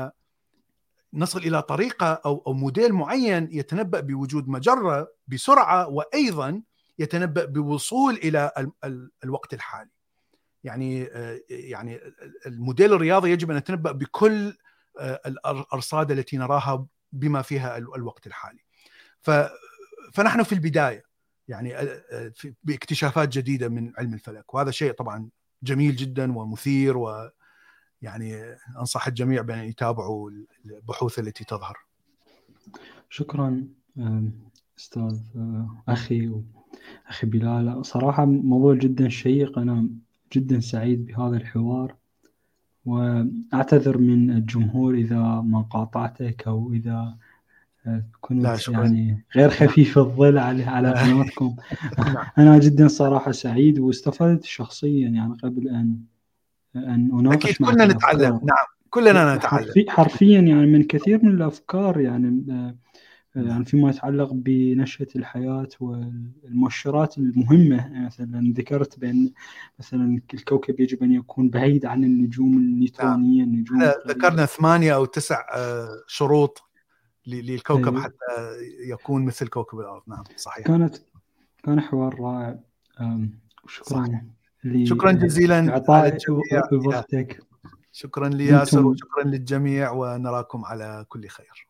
إلى طريقة أو موديل معين يتنبأ بوجود مجرة بسرعة، وأيضا يتنبأ بوصول إلى الوقت الحالي. يعني الموديل الرياضي يجب أن يتنبأ بكل الأرصاد التي نراها بما فيها الوقت الحالي. فنحن في البداية يعني باكتشافات جديدة من علم الفلك، وهذا شيء طبعا جميل جدا ومثير، ويعني أنصح الجميع بأن يتابعوا البحوث التي تظهر. شكرا أستاذ أخي بلال. صراحة موضوع جدا شيق، أنا جدا سعيد بهذا الحوار، وأعتذر من الجمهور إذا ما قاطعتك أو إذا لا كنت شكرا. يعني غير خفيف الظل على قناتكم. نعم. أنا جدا صراحة سعيد واستفدت شخصيا، يعني قبل أن أكيد أناقش معك كلنا نتعلم. الأفكار. نعم كلنا نتعلم. حرفيا يعني من كثير من الأفكار، يعني يعني فيما يتعلق بنشأة الحياة والمؤشرات المهمة. يعني مثلا ذكرت بأن مثلا الكوكب يجب أن يكون بعيد عن النجوم نعم. النيوترونية، النجوم احنا القريبة. ذكرنا 8 أو 9 شروط للكوكب أيوة. حتى يكون مثل كوكب الأرض. نعم صحيح. كانت كان حوار رائع. صحيح. وشكرا شكرا جزيلا على لإعطاء الجميع. وقتك. شكرا لياسر دمتم وشكرا للجميع، ونراكم على كل خير.